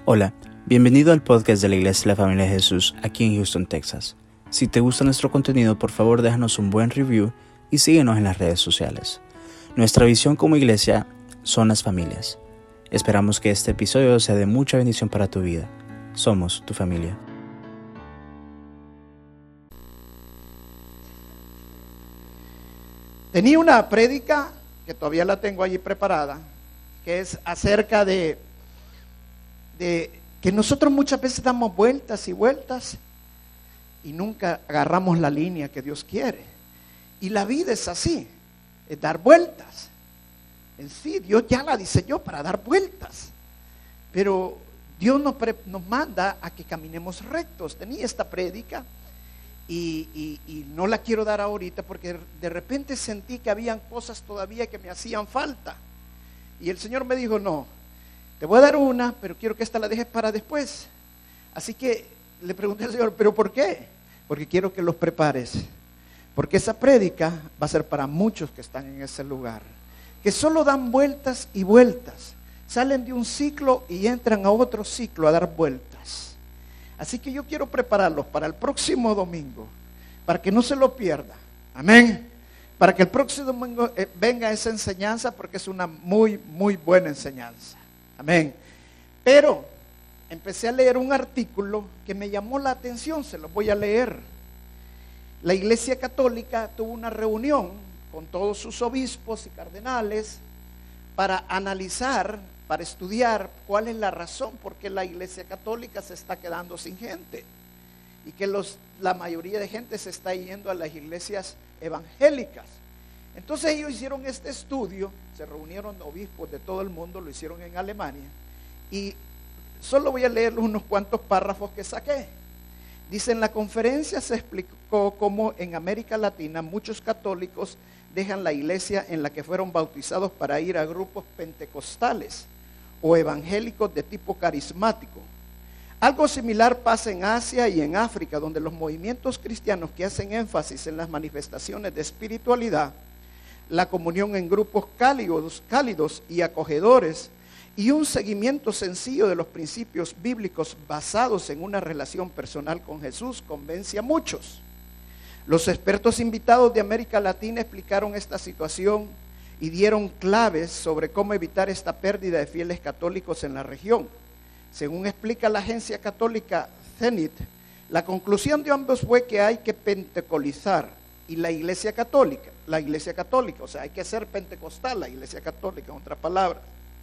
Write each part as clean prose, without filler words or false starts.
Hola, bienvenido al podcast de la Iglesia de la Familia de Jesús aquí en Houston, Texas. Si te gusta nuestro contenido, por favor déjanos un buen review y síguenos en las redes sociales. Nuestra visión como iglesia son las familias. Esperamos que este episodio sea de mucha bendición para tu vida. Somos tu familia. Tenía una prédica que todavía la tengo allí preparada, que es acerca de que nosotros muchas veces damos vueltas y vueltas y nunca agarramos la línea que Dios quiere. Y la vida es así, es dar vueltas. En sí, Dios ya la diseñó para dar vueltas, pero Dios nos manda a que caminemos rectos. Tenía esta prédica y no la quiero dar ahorita porque de repente sentí que habían cosas todavía que me hacían falta. Y el Señor me dijo, no, te voy a dar una, pero quiero que esta la dejes para después. Así que le pregunté al Señor, ¿pero por qué? Porque quiero que los prepares. Porque esa prédica va a ser para muchos que están en ese lugar, que solo dan vueltas y vueltas. Salen de un ciclo y entran a otro ciclo a dar vueltas. Así que yo quiero prepararlos para el próximo domingo, para que no se lo pierda. Amén. Para que el próximo domingo venga esa enseñanza, porque es una muy, muy buena enseñanza. Amén. Pero empecé a leer un artículo que me llamó la atención, se lo voy a leer. La Iglesia Católica tuvo una reunión con todos sus obispos y cardenales para analizar, para estudiar cuál es la razón por qué la Iglesia Católica se está quedando sin gente y que la mayoría de gente se está yendo a las iglesias evangélicas. Entonces ellos hicieron este estudio, se reunieron obispos de todo el mundo, lo hicieron en Alemania, y solo voy a leer unos cuantos párrafos que saqué. Dice, en la conferencia se explicó cómo en América Latina muchos católicos dejan la iglesia en la que fueron bautizados para ir a grupos pentecostales o evangélicos de tipo carismático. Algo similar pasa en Asia y en África, donde los movimientos cristianos que hacen énfasis en las manifestaciones de espiritualidad, la comunión en grupos cálidos y acogedores y un seguimiento sencillo de los principios bíblicos basados en una relación personal con Jesús convence a muchos. Los expertos invitados de América Latina explicaron esta situación y dieron claves sobre cómo evitar esta pérdida de fieles católicos en la región. Según explica la agencia católica Zenit, la conclusión de ambos fue que hay que pentecolizar y la iglesia católica, o sea, hay que ser pentecostal, la iglesia católica, en otras palabras.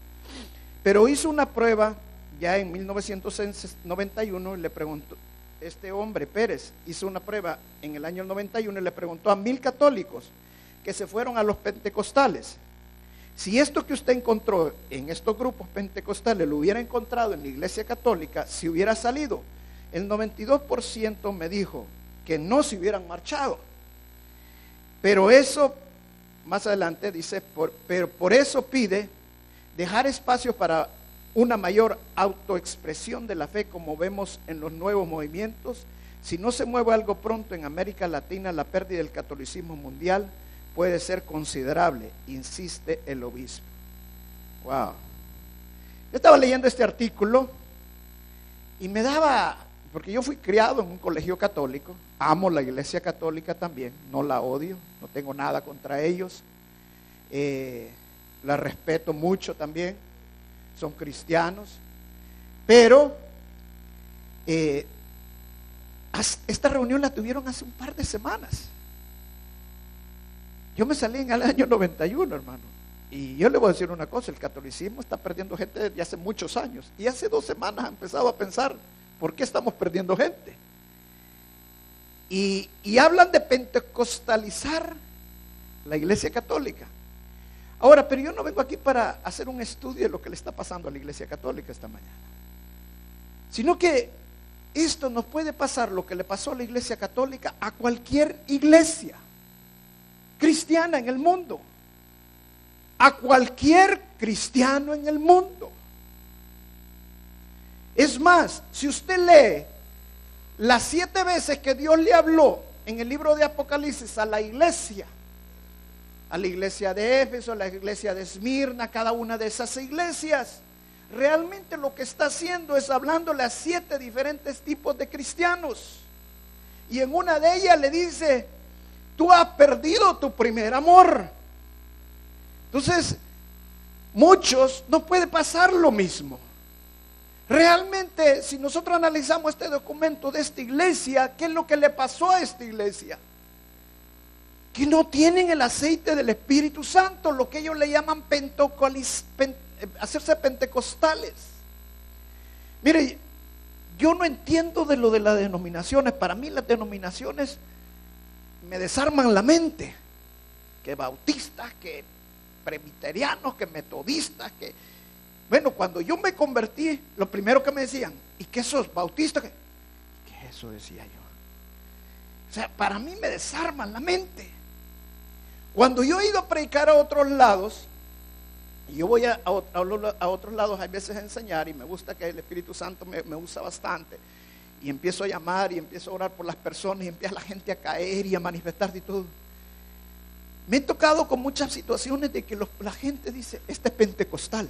Pero hizo una prueba ya en 1991 y le preguntó, este hombre Pérez hizo una prueba en el año 91 y le preguntó a 1,000 católicos que se fueron a los pentecostales. Si esto que usted encontró en estos grupos pentecostales lo hubiera encontrado en la iglesia católica, si hubiera salido, el 92% me dijo que no se hubieran marchado. Pero eso, más adelante dice, pero por eso pide dejar espacio para una mayor autoexpresión de la fe, como vemos en los nuevos movimientos. Si no se mueve algo pronto en América Latina, la pérdida del catolicismo mundial puede ser considerable, insiste el obispo. Wow. Yo estaba leyendo este artículo y me daba, porque yo fui criado en un colegio católico, amo la iglesia católica también, no la odio, no tengo nada contra ellos, la respeto mucho también, son cristianos, pero esta reunión la tuvieron hace un par de semanas. Yo me salí en el año 91, hermano, y yo le voy a decir una cosa, el catolicismo está perdiendo gente desde hace muchos años, y hace 2 semanas he empezado a pensar, ¿por qué estamos perdiendo gente? Y hablan de pentecostalizar la iglesia católica. Ahora, pero yo no vengo aquí para hacer un estudio de lo que le está pasando a la iglesia católica esta mañana, sino que esto nos puede pasar, lo que le pasó a la iglesia católica, a cualquier iglesia cristiana en el mundo, a cualquier cristiano en el mundo. Es más, si usted lee las 7 veces que Dios le habló en el libro de Apocalipsis a la iglesia de Éfeso, a la iglesia de Esmirna, cada una de esas iglesias realmente lo que está haciendo es hablándole a 7 diferentes tipos de cristianos. Y en una de ellas le dice: tú has perdido tu primer amor. Entonces, muchos no puede pasar lo mismo. Realmente, si nosotros analizamos este documento de esta iglesia, ¿qué es lo que le pasó a esta iglesia? Que no tienen el aceite del Espíritu Santo, lo que ellos le llaman hacerse pentecostales. Mire, yo no entiendo de lo de las denominaciones. Para mí las denominaciones me desarman la mente. Que bautistas, que presbiterianos, que metodistas, que... Bueno, cuando yo me convertí, lo primero que me decían: ¿y qué sos, bautista? ¿Qué es eso?, decía yo. O sea, para mí me desarman la mente. Cuando yo he ido a predicar a otros lados, y yo voy a otros lados a veces a enseñar, y me gusta que el Espíritu Santo me usa bastante, y empiezo a llamar y empiezo a orar por las personas, y empieza la gente a caer y a manifestarse y todo. Me he tocado con muchas situaciones de que la gente dice: este es pentecostal.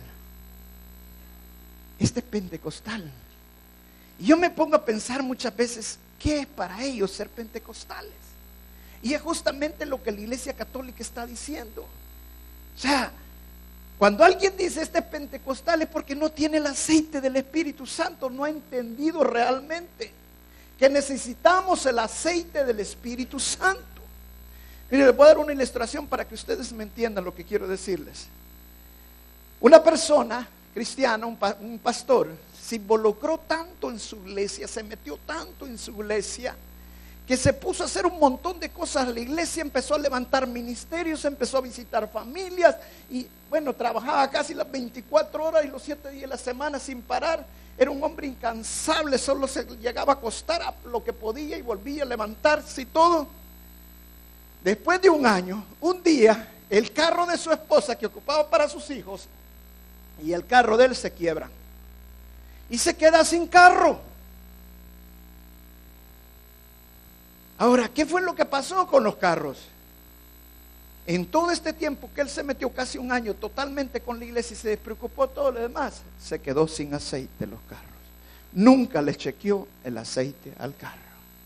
Este es pentecostal. Y yo me pongo a pensar muchas veces: ¿qué es para ellos ser pentecostales? Y es justamente lo que la Iglesia Católica está diciendo. O sea, cuando alguien dice este es pentecostal, es porque no tiene el aceite del Espíritu Santo, no ha entendido realmente que necesitamos el aceite del Espíritu Santo. Mire, les voy a dar una ilustración para que ustedes me entiendan lo que quiero decirles. Una persona cristiana, un pastor, se involucró tanto en su iglesia, se metió tanto en su iglesia, que se puso a hacer un montón de cosas. La iglesia empezó a levantar ministerios, empezó a visitar familias, y bueno, trabajaba casi las 24 horas y los 7 días de la semana sin parar. Era un hombre incansable, solo se llegaba a acostar a lo que podía y volvía a levantarse y todo. Después de un año, un día, el carro de su esposa que ocupaba para sus hijos y el carro de él se quiebran y se queda sin carro. Ahora, ¿qué fue lo que pasó con los carros? En todo este tiempo que él se metió, casi un año totalmente con la iglesia y se despreocupó todo lo demás, se quedó sin aceite los carros. Nunca les chequeó el aceite al carro.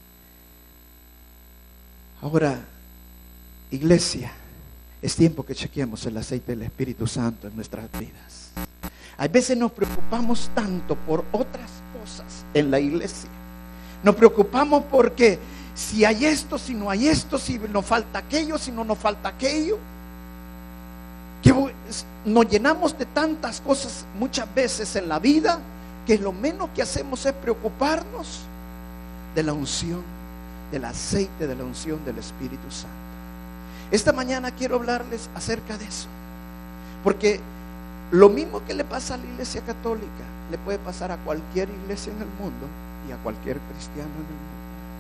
Ahora, iglesia, es tiempo que chequeemos el aceite del Espíritu Santo en nuestras vidas. A veces nos preocupamos tanto por otras cosas en la iglesia. Nos preocupamos porque si hay esto, si no hay esto, si nos falta aquello, si no nos falta aquello. Que nos llenamos de tantas cosas muchas veces en la vida, que lo menos que hacemos es preocuparnos de la unción, del aceite de la unción del Espíritu Santo. Esta mañana quiero hablarles acerca de eso, porque lo mismo que le pasa a la iglesia católica, le puede pasar a cualquier iglesia en el mundo y a cualquier cristiano en el mundo.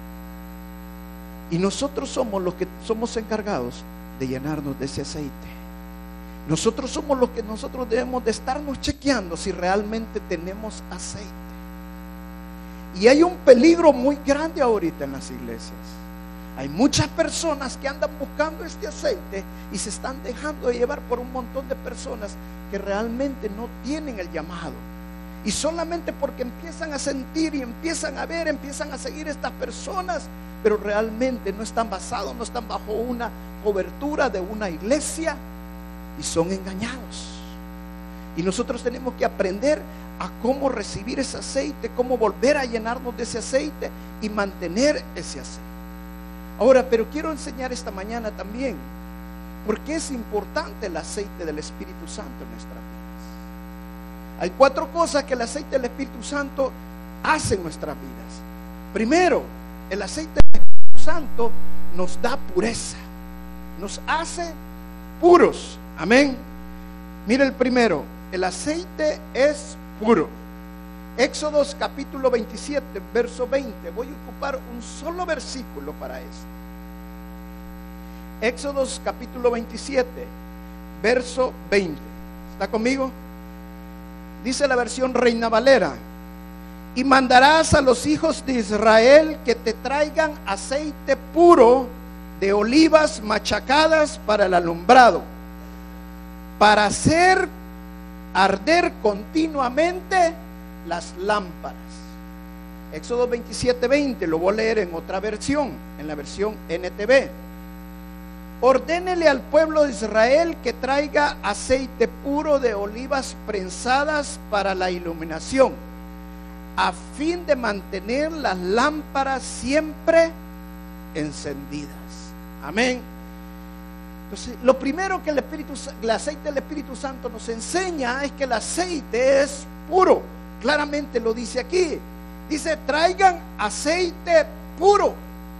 Y nosotros somos los que somos encargados de llenarnos de ese aceite. Nosotros somos los que nosotros debemos de estarnos chequeando si realmente tenemos aceite. Y hay un peligro muy grande ahorita en las iglesias. Hay muchas personas que andan buscando este aceite y se están dejando de llevar por un montón de personas que realmente no tienen el llamado. Y solamente porque empiezan a sentir y empiezan a ver, empiezan a seguir estas personas, pero realmente no están basados, no están bajo una cobertura de una iglesia y son engañados. Y nosotros tenemos que aprender a cómo recibir ese aceite, cómo volver a llenarnos de ese aceite y mantener ese aceite. Ahora, pero quiero enseñar esta mañana también por qué es importante el aceite del Espíritu Santo en nuestras vidas. Hay 4 cosas que el aceite del Espíritu Santo hace en nuestras vidas. Primero, el aceite del Espíritu Santo nos da pureza, nos hace puros. Amén. Mira el primero, el aceite es puro. Éxodos capítulo 27, verso 20. Voy a ocupar un solo versículo para eso. Éxodos capítulo 27, verso 20. ¿Está conmigo? Dice la versión Reina Valera: y mandarás a los hijos de Israel que te traigan aceite puro de olivas machacadas para el alumbrado, para hacer arder continuamente las lámparas. Éxodo 27:20, lo voy a leer en otra versión, en la versión NTV. Ordénele al pueblo de Israel que traiga aceite puro de olivas prensadas para la iluminación, a fin de mantener las lámparas siempre encendidas. Amén. Entonces, lo primero que el aceite del Espíritu Santo nos enseña es que el aceite es puro. Claramente lo dice aquí. Dice, traigan aceite puro.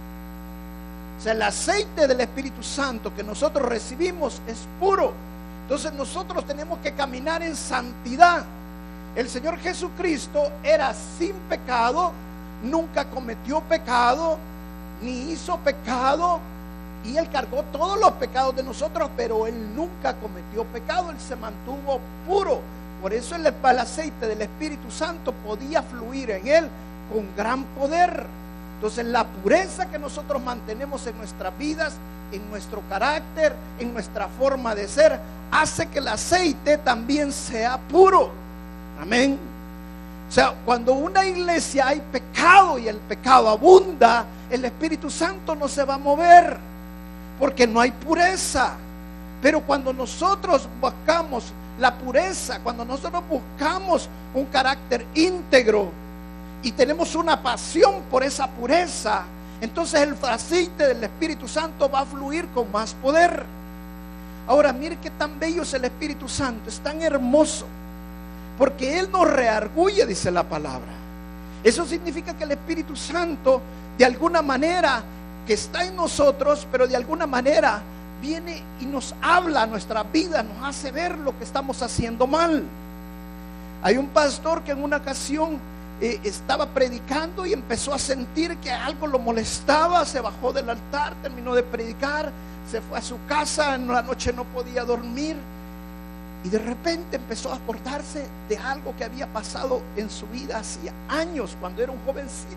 O sea, el aceite del Espíritu Santo que nosotros recibimos es puro. Entonces nosotros tenemos que caminar en santidad. El Señor Jesucristo era sin pecado, nunca cometió pecado, ni hizo pecado, y Él cargó todos los pecados de nosotros, pero Él nunca cometió pecado, Él se mantuvo puro. Por eso el aceite del Espíritu Santo podía fluir en Él con gran poder. Entonces la pureza que nosotros mantenemos en nuestras vidas, en nuestro carácter, en nuestra forma de ser, hace que el aceite también sea puro. Amén. O sea, cuando una iglesia hay pecado y el pecado abunda, el Espíritu Santo no se va a mover, porque no hay pureza. Pero cuando nosotros buscamos la pureza, cuando nosotros buscamos un carácter íntegro y tenemos una pasión por esa pureza, entonces el aceite del Espíritu Santo va a fluir con más poder. Ahora, mire qué tan bello es el Espíritu Santo, es tan hermoso, porque Él nos reargulle, dice la palabra. Eso significa que el Espíritu Santo, de alguna manera, que está en nosotros, pero de alguna manera viene y nos habla a nuestra vida, nos hace ver lo que estamos haciendo mal. Hay un pastor que en una ocasión estaba predicando y empezó a sentir que algo lo molestaba. Se bajó del altar, terminó de predicar, se fue a su casa, en la noche no podía dormir, y de repente empezó a acordarse de algo que había pasado en su vida hacía años, cuando era un jovencito.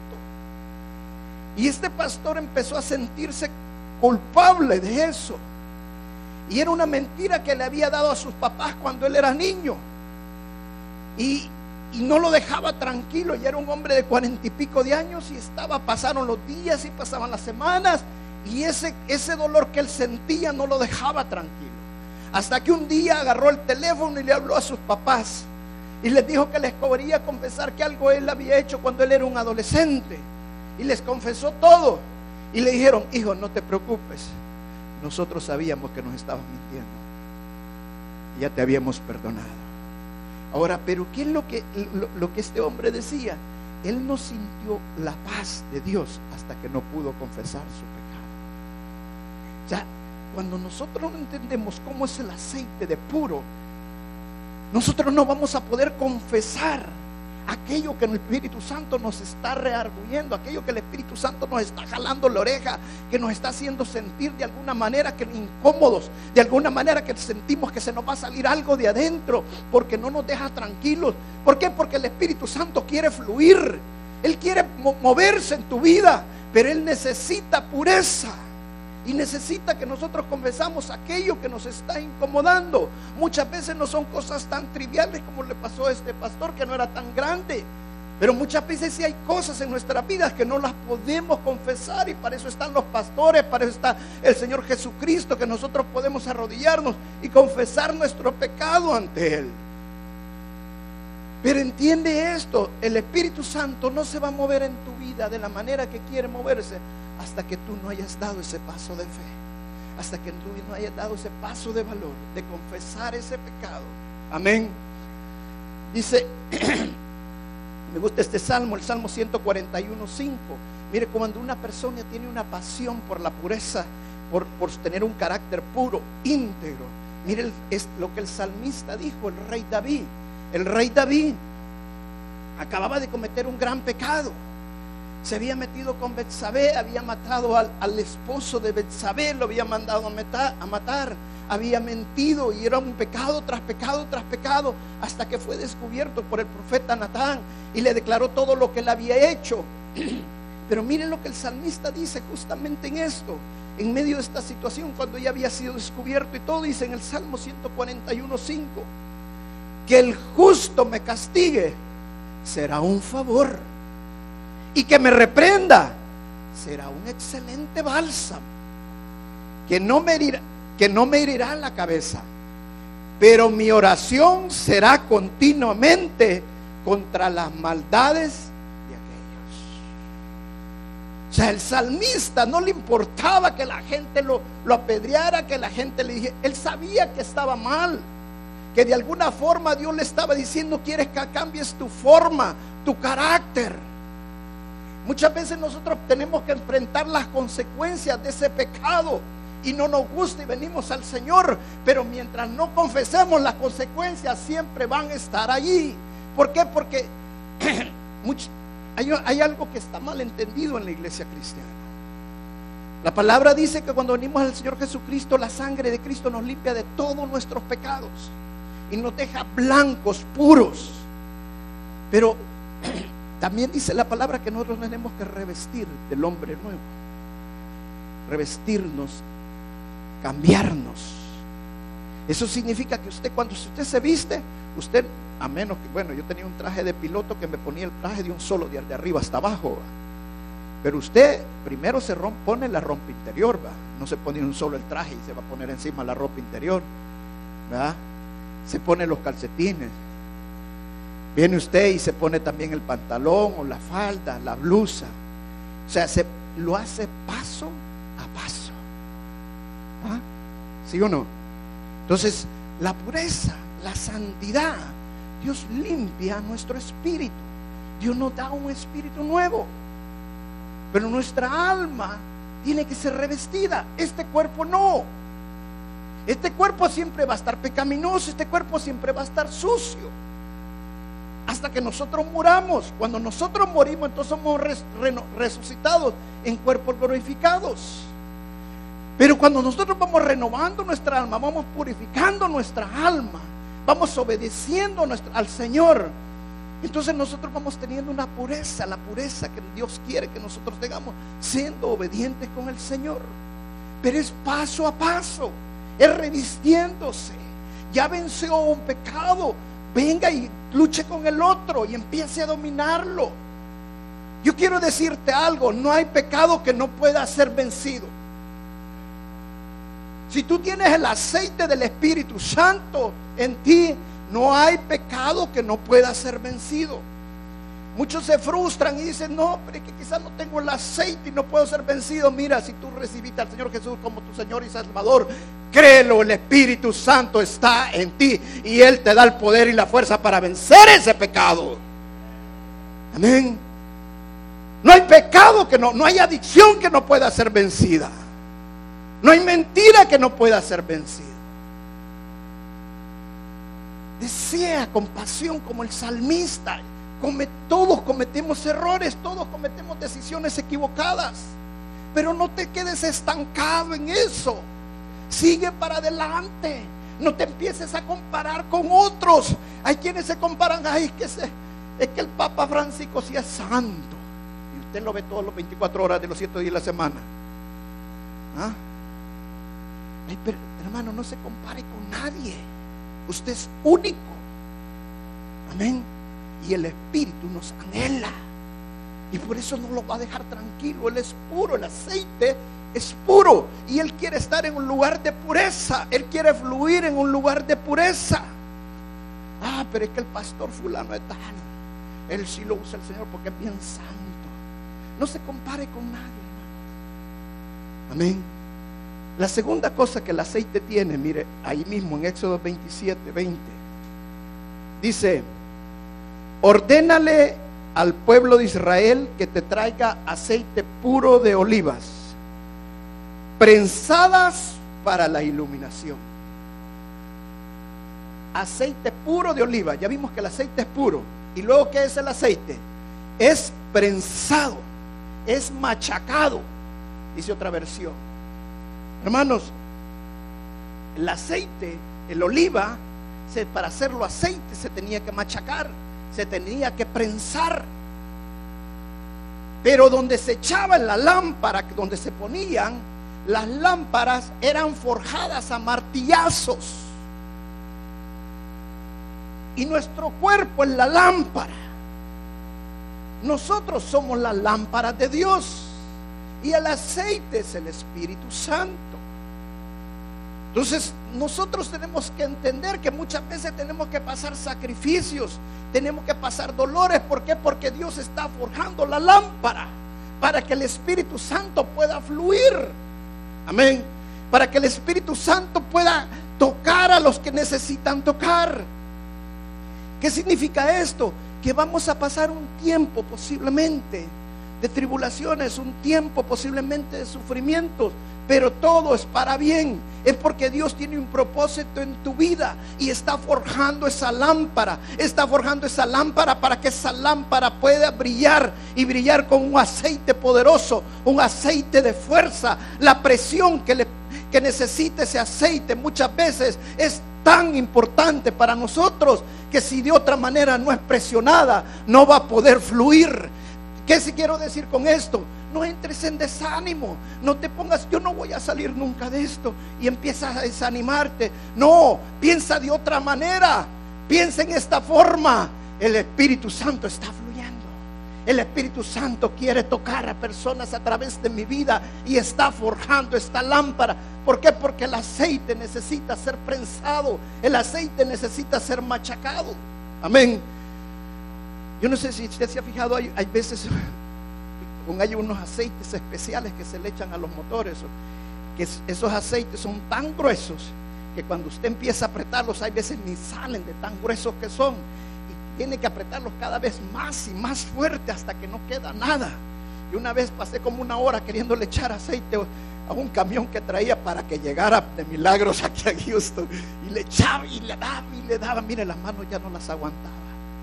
Y este pastor empezó a sentirse culpable de eso, y era una mentira que le había dado a sus papás cuando él era niño, y no lo dejaba tranquilo. Y era un hombre de 40 y pico de años, y pasaron los días y pasaban las semanas, y ese dolor que él sentía no lo dejaba tranquilo, hasta que un día agarró el teléfono y le habló a sus papás y les dijo que les podría confesar que algo él había hecho cuando él era un adolescente, y les confesó todo. Y le dijeron: hijo, no te preocupes, nosotros sabíamos que nos estabas mintiendo, ya te habíamos perdonado. Ahora, pero ¿qué es lo que este hombre decía? Él no sintió la paz de Dios hasta que no pudo confesar su pecado. O sea, cuando nosotros no entendemos cómo es el aceite de puro, nosotros no vamos a poder confesar aquello que el Espíritu Santo nos está rearguyendo, aquello que el Espíritu Santo nos está jalando la oreja, que nos está haciendo sentir de alguna manera que incómodos, de alguna manera que sentimos que se nos va a salir algo de adentro, porque no nos deja tranquilos. ¿Por qué? Porque el Espíritu Santo quiere fluir, Él quiere moverse en tu vida, pero Él necesita pureza. Y necesita que nosotros confesamos aquello que nos está incomodando. Muchas veces no son cosas tan triviales como le pasó a este pastor, que no era tan grande, pero muchas veces sí hay cosas en nuestras vidas que no las podemos confesar, y para eso están los pastores, para eso está el Señor Jesucristo, que nosotros podemos arrodillarnos y confesar nuestro pecado ante Él. Pero entiende esto: el Espíritu Santo no se va a mover en tu vida de la manera que quiere moverse hasta que tú no hayas dado ese paso de fe, hasta que tú no hayas dado ese paso de valor, de confesar ese pecado. Amén. Dice, me gusta este salmo, el Salmo 141:5. Mire, cuando una persona tiene una pasión por la pureza, por tener un carácter puro, íntegro, mire es lo que el salmista dijo, el rey David. El rey David acababa de cometer un gran pecado. Se había metido con Betsabé, había matado al esposo de Betsabé, lo había mandado a matar, había mentido, y era un pecado tras pecado tras pecado, hasta que fue descubierto por el profeta Natán y le declaró todo lo que él había hecho. Pero miren lo que el salmista dice justamente en esto, en medio de esta situación, cuando ya había sido descubierto y todo. Dice en el Salmo 141:5: Que el justo me castigue será un favor, y que me reprenda será un excelente bálsamo. Que no me herirá la cabeza, pero mi oración será continuamente contra las maldades de aquellos. O sea, el salmista no le importaba que la gente lo apedreara, que la gente le dijera. Él sabía que estaba mal, que de alguna forma Dios le estaba diciendo: quieres que cambies tu forma, tu carácter. Muchas veces nosotros tenemos que enfrentar las consecuencias de ese pecado y no nos gusta y venimos al Señor, pero mientras no confesemos, las consecuencias siempre van a estar allí. ¿Por qué? Porque hay algo que está mal entendido en la iglesia cristiana. La palabra dice que cuando venimos al Señor Jesucristo, la sangre de Cristo nos limpia de todos nuestros pecados y nos deja blancos, puros. Pero también dice la palabra que nosotros tenemos que revestir del hombre nuevo, revestirnos, cambiarnos. Eso significa que cuando usted se viste, usted, a menos que, bueno, yo tenía un traje de piloto que me ponía el traje de un solo, de arriba hasta abajo, pero usted primero pone la ropa interior, ¿va? No se pone un solo el traje y se va a poner encima la ropa interior, ¿verdad? Se pone los calcetines, viene usted y se pone también el pantalón o la falda, la blusa. O sea, lo hace paso a paso. ¿Ah? ¿Sí o no? Entonces, la pureza, la santidad, Dios limpia nuestro espíritu. Dios nos da un espíritu nuevo, pero nuestra alma tiene que ser revestida. Este cuerpo no. Este cuerpo siempre va a estar pecaminoso. Este cuerpo siempre va a estar sucio hasta que nosotros muramos. Cuando nosotros morimos, entonces somos resucitados en cuerpos glorificados. Pero cuando nosotros vamos renovando nuestra alma, vamos purificando nuestra alma, vamos obedeciendo al Señor, entonces nosotros vamos teniendo una pureza, la pureza que Dios quiere que nosotros tengamos, siendo obedientes con el Señor. Pero es paso a paso, es revistiéndose. Ya venció un pecado, venga y luche con el otro y empiece a dominarlo. Yo quiero decirte algo: no hay pecado que no pueda ser vencido. Si tú tienes el aceite del Espíritu Santo en ti, no hay pecado que no pueda ser vencido. Muchos se frustran y dicen: no, pero es que quizás no tengo el aceite y no puedo ser vencido. Mira, si tú recibiste al Señor Jesús como tu Señor y Salvador, créelo, el Espíritu Santo está en ti y Él te da el poder y la fuerza para vencer ese pecado. Amén. No hay pecado que no hay adicción que no pueda ser vencida. No hay mentira que no pueda ser vencida. Desea con pasión como el salmista. Todos cometemos errores, todos cometemos decisiones equivocadas, pero no te quedes estancado en eso. Sigue para adelante. No te empieces a comparar con otros. Hay quienes se comparan: ay, es que el Papa Francisco sí es santo, y usted lo ve todos los 24 horas de los 7 días de la semana. ¿Ah? Ay, pero, hermano, no se compare con nadie. Usted es único. Amén. Y el Espíritu nos anhela, y por eso no lo va a dejar tranquilo. Él es puro, el aceite es puro, y Él quiere estar en un lugar de pureza. Él quiere fluir en un lugar de pureza. Ah, pero es que el pastor fulano es tal, él sí lo usa el Señor porque es bien santo. No se compare con nadie, hermano. Amén. La segunda cosa que el aceite tiene, mire, ahí mismo en Éxodo 27:20, dice: ordénale al pueblo de Israel que te traiga aceite puro de olivas, prensadas para la iluminación. Aceite puro de oliva. Ya vimos que el aceite es puro. ¿Y luego qué es el aceite? Es prensado, es machacado, dice otra versión. Hermanos, el aceite, el oliva, para hacerlo aceite se tenía que machacar, se tenía que prensar. Pero donde se echaba en la lámpara, donde se ponían las lámparas, eran forjadas a martillazos. Y nuestro cuerpo es la lámpara. Nosotros somos la lámpara de Dios. Y el aceite es el Espíritu Santo. Entonces nosotros tenemos que entender que muchas veces tenemos que pasar sacrificios, tenemos que pasar dolores. ¿Por qué? Porque Dios está forjando la lámpara para que el Espíritu Santo pueda fluir. Amén. Para que el Espíritu Santo pueda tocar a los que necesitan tocar. ¿Qué significa esto? Que vamos a pasar un tiempo posiblemente de tribulaciones, un tiempo posiblemente de sufrimientos, pero todo es para bien. Es porque Dios tiene un propósito en tu vida y está forjando esa lámpara. Está forjando esa lámpara para que esa lámpara pueda brillar y brillar con un aceite poderoso, un aceite de fuerza. La presión que necesita ese aceite muchas veces es tan importante para nosotros que si de otra manera no es presionada, no va a poder fluir. ¿Qué si quiero decir con esto? No entres en desánimo, no te pongas, yo no voy a salir nunca de esto, y empiezas a desanimarte. No, piensa de otra manera, piensa en esta forma. El Espíritu Santo está fluyendo. El Espíritu Santo quiere tocar a personas a través de mi vida y está forjando esta lámpara. ¿Por qué? Porque el aceite necesita ser prensado, el aceite necesita ser machacado. Amén. Yo no sé si usted se ha fijado, hay veces hay unos aceites especiales que se le echan a los motores, que esos aceites son tan gruesos que cuando usted empieza a apretarlos, hay veces ni salen de tan gruesos que son, y tiene que apretarlos cada vez más y más fuerte hasta que no queda nada. Y una vez pasé como una hora queriéndole echar aceite a un camión que traía para que llegara de milagros aquí a Houston, y le echaba y le daba y le daba. Mire, las manos ya no las aguantaba.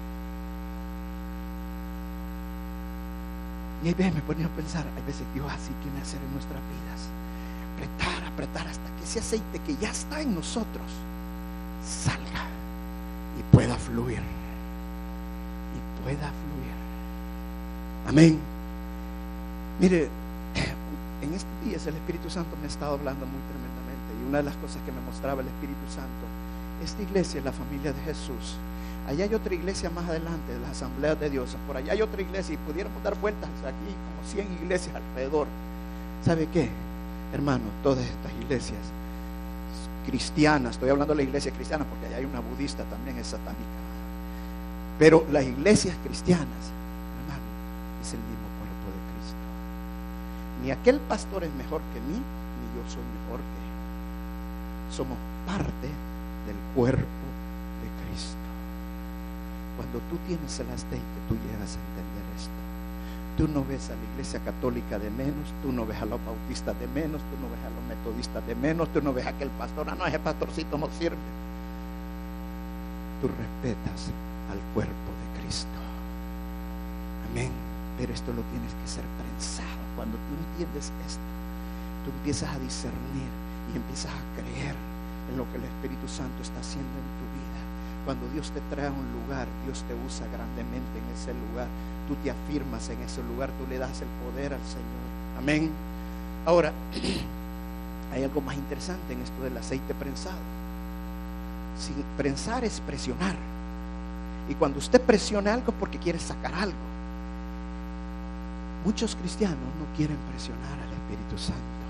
Y ahí me ponía a pensar, hay veces Dios así quiere hacer en nuestras vidas. Apretar hasta que ese aceite que ya está en nosotros salga y pueda fluir. Y pueda fluir. Amén. Mire, en estos días el Espíritu Santo me ha estado hablando muy tremendamente. Y una de las cosas que me mostraba el Espíritu Santo, esta iglesia es la familia de Jesús. Allá hay otra iglesia más adelante, de las asambleas de Dios. Por allá hay otra iglesia y pudiéramos dar vueltas aquí como 100 iglesias alrededor. ¿Sabe qué? Hermano, todas estas iglesias cristianas, estoy hablando de la iglesia cristiana porque allá hay una budista también, es satánica. Pero las iglesias cristianas, hermano, es el mismo cuerpo de Cristo. Ni aquel pastor es mejor que mí, ni yo soy mejor que él. Somos parte del cuerpo de Cristo. Cuando tú tienes el aceite, tú llegas a entender esto. Tú no ves a la iglesia católica de menos, tú no ves a los bautistas de menos, tú no ves a los metodistas de menos, tú no ves a aquel pastor, no, ese pastorcito no sirve. Tú respetas al cuerpo de Cristo. Amén. Pero esto lo tienes que ser prensado. Cuando tú entiendes esto, tú empiezas a discernir y empiezas a creer en lo que el Espíritu Santo está haciendo en tu vida. Cuando Dios te trae a un lugar, Dios te usa grandemente en ese lugar. Tú te afirmas en ese lugar, tú le das el poder al Señor. Amén. Ahora, hay algo más interesante en esto del aceite prensado. Prensar es presionar. Y cuando usted presiona algo es porque quiere sacar algo. Muchos cristianos no quieren presionar al Espíritu Santo.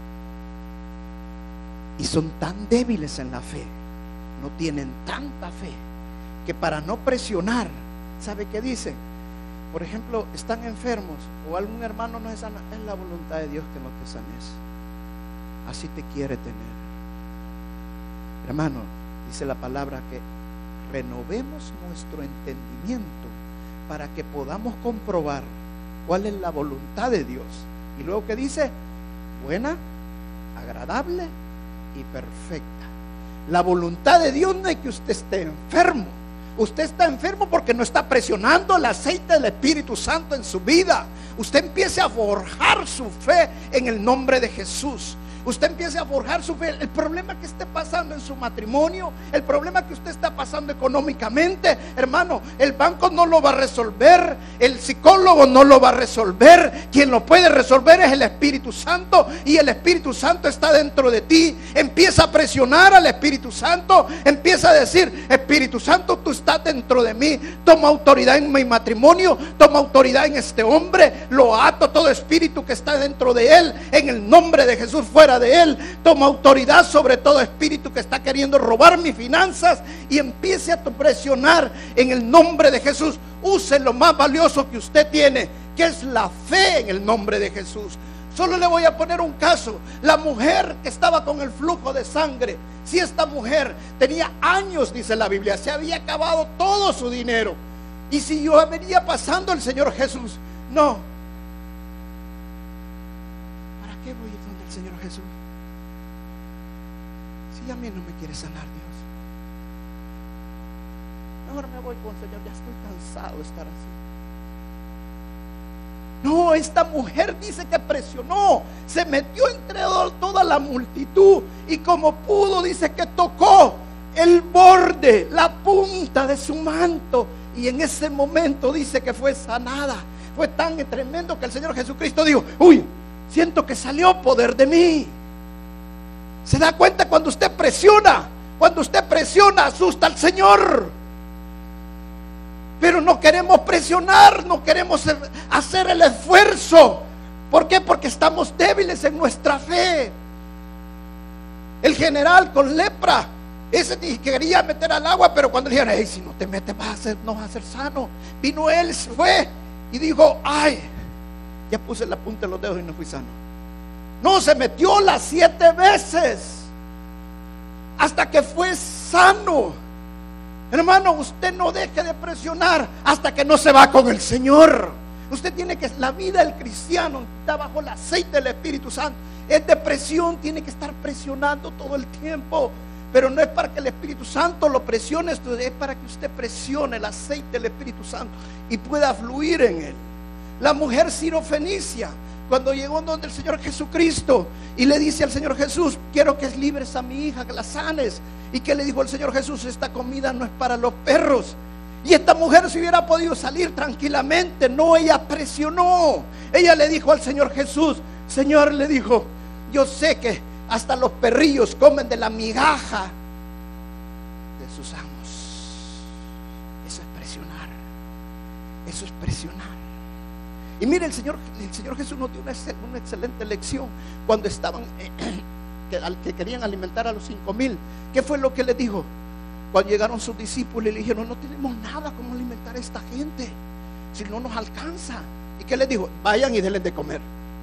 Y son tan débiles en la fe, no tienen tanta fe, que para no presionar, ¿sabe qué dicen? Por ejemplo, están enfermos o algún hermano no es sana, es la voluntad de Dios que no te sanes. Así te quiere tener. Hermano, dice la palabra que renovemos nuestro entendimiento para que podamos comprobar cuál es la voluntad de Dios. Y luego que dice, buena, agradable y perfecta. La voluntad de Dios no es que usted esté enfermo. Usted está enfermo porque no está presionando el aceite del Espíritu Santo en su vida. Usted empiece a forjar su fe en el nombre de Jesús. usted empiece a forjar su fe. El problema que esté pasando en su matrimonio, el problema que usted está pasando económicamente, hermano, el banco no lo va a resolver, el psicólogo no lo va a resolver. Quien lo puede resolver es el Espíritu Santo, y el Espíritu Santo está dentro de ti. Empieza a presionar al Espíritu Santo, empieza a decir: Espíritu Santo, tú estás dentro de mí, toma autoridad en mi matrimonio, toma autoridad en este hombre, lo ato todo espíritu que está dentro de él, en el nombre de Jesús. Fuera de él, toma autoridad sobre todo espíritu que está queriendo robar mis finanzas, y empiece a presionar en el nombre de Jesús. Use lo más valioso que usted tiene, que es la fe, en el nombre de Jesús. Solo le voy a poner un caso: la mujer que estaba con el flujo de sangre. Si esta mujer tenía años, dice la Biblia, se había acabado todo su dinero, y si yo venía pasando el Señor Jesús, no, ¿para qué voy a ir donde el Señor Jesús? Si a mí no me quiere sanar Dios, mejor me voy con el Señor, ya estoy cansado de estar así. No, esta mujer dice que presionó, se metió entre toda la multitud, y como pudo, dice que tocó el borde, la punta de su manto, y en ese momento dice que fue sanada. Fue tan tremendo que el Señor Jesucristo dijo: uy, siento que salió poder de mí. ¿Se da cuenta? Cuando usted presiona asusta al Señor. Pero no queremos presionar, no queremos hacer el esfuerzo. ¿Por qué? Porque estamos débiles en nuestra fe. El general con lepra, ese quería meter al agua, pero cuando le dijeron: hey, si no te metes no vas a ser sano. Vino él, se fue y dijo: ay, ya puse la punta de los dedos y no fui sano. No, se metió las 7 veces hasta que fue sano. Hermano, usted no deje de presionar hasta que no se va con el Señor. Usted tiene que, la vida del cristiano está bajo el aceite del Espíritu Santo. Es de presión, tiene que estar presionando todo el tiempo. Pero no es para que el Espíritu Santo lo presione, es para que usted presione el aceite del Espíritu Santo y pueda fluir en él. La mujer sirofenicia, cuando llegó donde el Señor Jesucristo y le dice al Señor Jesús: quiero que libres a mi hija, que la sanes. ¿Y qué le dijo el Señor Jesús? Esta comida no es para los perros. Y esta mujer se hubiera podido salir tranquilamente. No, ella presionó. Ella le dijo al Señor Jesús: Señor, le dijo, yo sé que hasta los perrillos comen de la migaja de sus amos. Eso es presionar. Eso es presionar. Y mire, el Señor Jesús nos dio una excelente lección cuando estaban que querían alimentar a los 5,000. ¿Qué fue lo que le dijo? Cuando llegaron sus discípulos y le dijeron: no tenemos nada como alimentar a esta gente, si no nos alcanza. ¿Y qué les dijo? Vayan y denle de comer.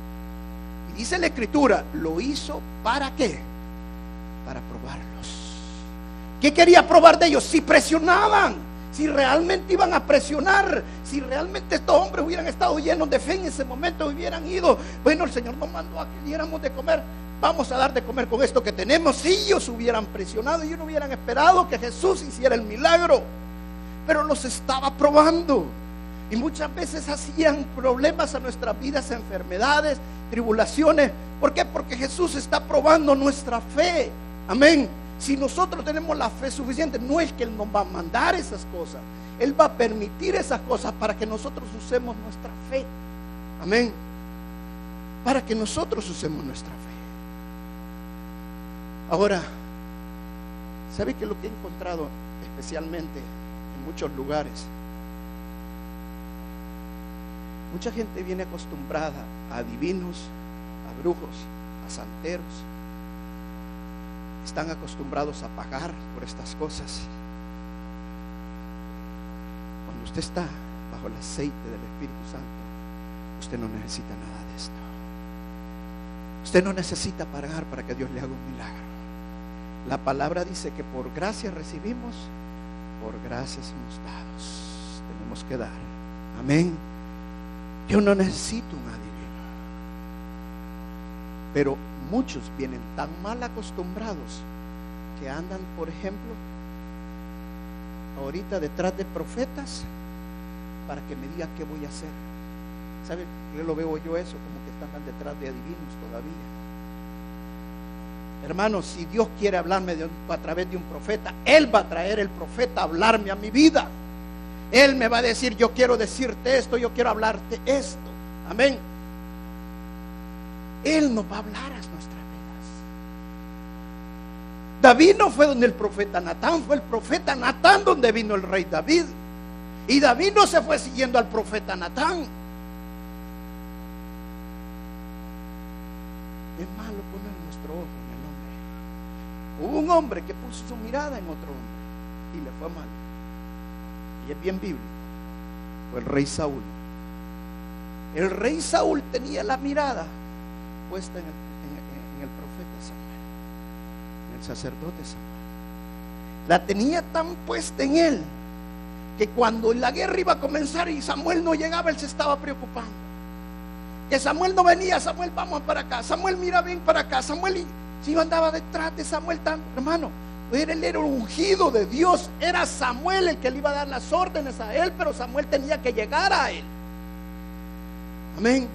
Y dice la Escritura: lo hizo ¿para qué? Para probarlos. ¿Qué quería probar de ellos? Si presionaban, si realmente iban a presionar, si realmente estos hombres hubieran estado llenos de fe en ese momento, hubieran ido: bueno, el Señor nos mandó a que diéramos de comer, vamos a dar de comer con esto que tenemos. Si ellos hubieran presionado, ellos no hubieran esperado que Jesús hiciera el milagro, pero los estaba probando. Y muchas veces hacían problemas a nuestras vidas, enfermedades, tribulaciones. ¿Por qué? Porque Jesús está probando nuestra fe. Amén. Si nosotros tenemos la fe suficiente, no es que Él nos va a mandar esas cosas, Él va a permitir esas cosas para que nosotros usemos nuestra fe. Amén. Para que nosotros usemos nuestra fe. Ahora, ¿sabe qué es lo que he encontrado especialmente en muchos lugares? Mucha gente viene acostumbrada a adivinos, a brujos, a santeros. Están acostumbrados a pagar por estas cosas. Cuando usted está bajo el aceite del Espíritu Santo, usted no necesita nada de esto. Usted no necesita pagar para que Dios le haga un milagro. La palabra dice que por gracia recibimos, por gracia somos dados. Tenemos que dar. Amén. Yo no necesito un adivino. Pero muchos vienen tan mal acostumbrados que andan, por ejemplo, ahorita detrás de profetas para que me digan qué voy a hacer. ¿Sabe? Yo lo veo yo eso, como que están detrás de adivinos todavía. Hermanos, si Dios quiere hablarme a través de un profeta, Él va a traer el profeta a hablarme a mi vida. Él me va a decir: yo quiero decirte esto, yo quiero hablarte esto. Amén. Él nos va a hablar a nuestras vidas. David no fue donde el profeta Natán, fue el profeta Natán donde vino el rey David. Y David no se fue siguiendo al profeta Natán. Es malo poner nuestro ojo en el hombre. Hubo un hombre que puso su mirada en otro hombre y le fue mal. Y es bien bíblico. Fue el rey Saúl. El rey Saúl tenía la mirada puesta en el profeta Samuel, en el sacerdote Samuel. La tenía tan puesta en él que cuando la guerra iba a comenzar y Samuel no llegaba, él se estaba preocupando. Que Samuel no venía: Samuel, vamos para acá. Samuel, mira, ven para acá. Samuel, y si yo andaba detrás de Samuel, hermano, él era ungido de Dios. Era Samuel el que le iba a dar las órdenes a él, pero Samuel tenía que llegar a él. Amén.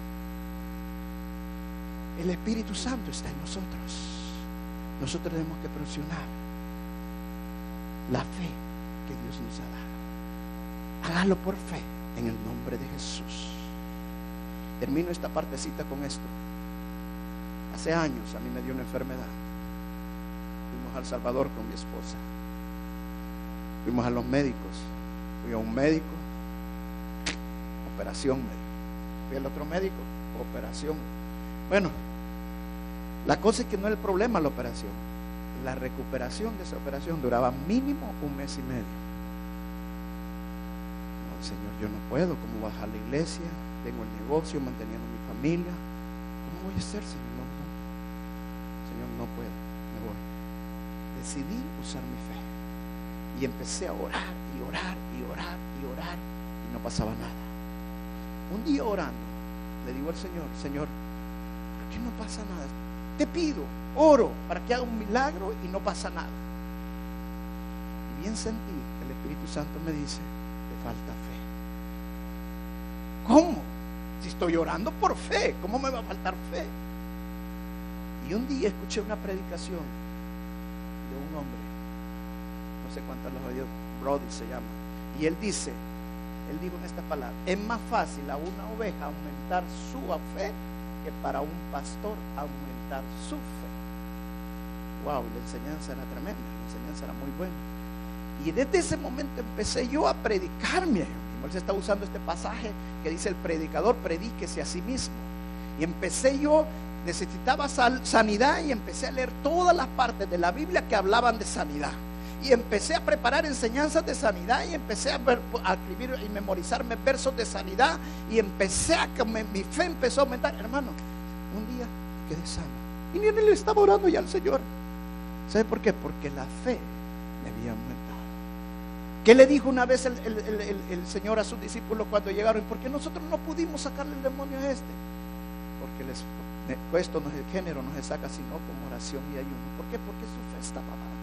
El Espíritu Santo está en nosotros. Nosotros tenemos que presionar la fe que Dios nos ha dado. Hágalo por fe en el nombre de Jesús. Termino esta partecita con esto. Hace años a mí me dio una enfermedad. Fuimos a El Salvador con mi esposa. Fuimos a los médicos. Fui a un médico, operación médica. Fui al otro médico, operación. Bueno, la cosa es que no es el problema la operación. La recuperación de esa operación duraba mínimo 1 mes y medio. No, Señor, yo no puedo. ¿Cómo voy a dejar la iglesia? Tengo el negocio, manteniendo mi familia. ¿Cómo voy a hacer, Señor? No. Señor, no puedo, me voy. Decidí usar mi fe. Y empecé a orar y orar y orar y orar. Y no pasaba nada. Un día orando, le digo al Señor: Señor, ¿por qué no pasa nada? Te pido, oro para que haga un milagro y no pasa nada. Y bien sentí que el Espíritu Santo me dice: te falta fe. ¿Cómo? Si estoy orando por fe, ¿cómo me va a faltar fe? Y un día escuché una predicación de un hombre, no sé cuántos los oído, Brody se llama, y él dijo en esta palabra: es más fácil a una oveja aumentar su fe que para un pastor aumentar su fe. Wow, la enseñanza era tremenda, la enseñanza era muy buena. Y desde ese momento empecé yo a predicarme. Él se está usando este pasaje que dice: el predicador predíquese a sí mismo. Y empecé yo, necesitaba sanidad, y empecé a leer todas las partes de la Biblia que hablaban de sanidad. Y empecé a preparar enseñanzas de sanidad, y empecé a escribir y memorizarme versos de sanidad, y empecé mi fe empezó a aumentar. Hermano, un día quedé sano y ni le estaba orando ya al Señor. ¿Sabe por qué? Porque la fe me había aumentado. ¿Qué le dijo una vez el Señor a sus discípulos cuando llegaron? ¿Por qué nosotros no pudimos sacarle el demonio a este? Porque esto no es el género, no se saca sino con oración y ayuno. ¿Por qué? Porque su fe estaba baja.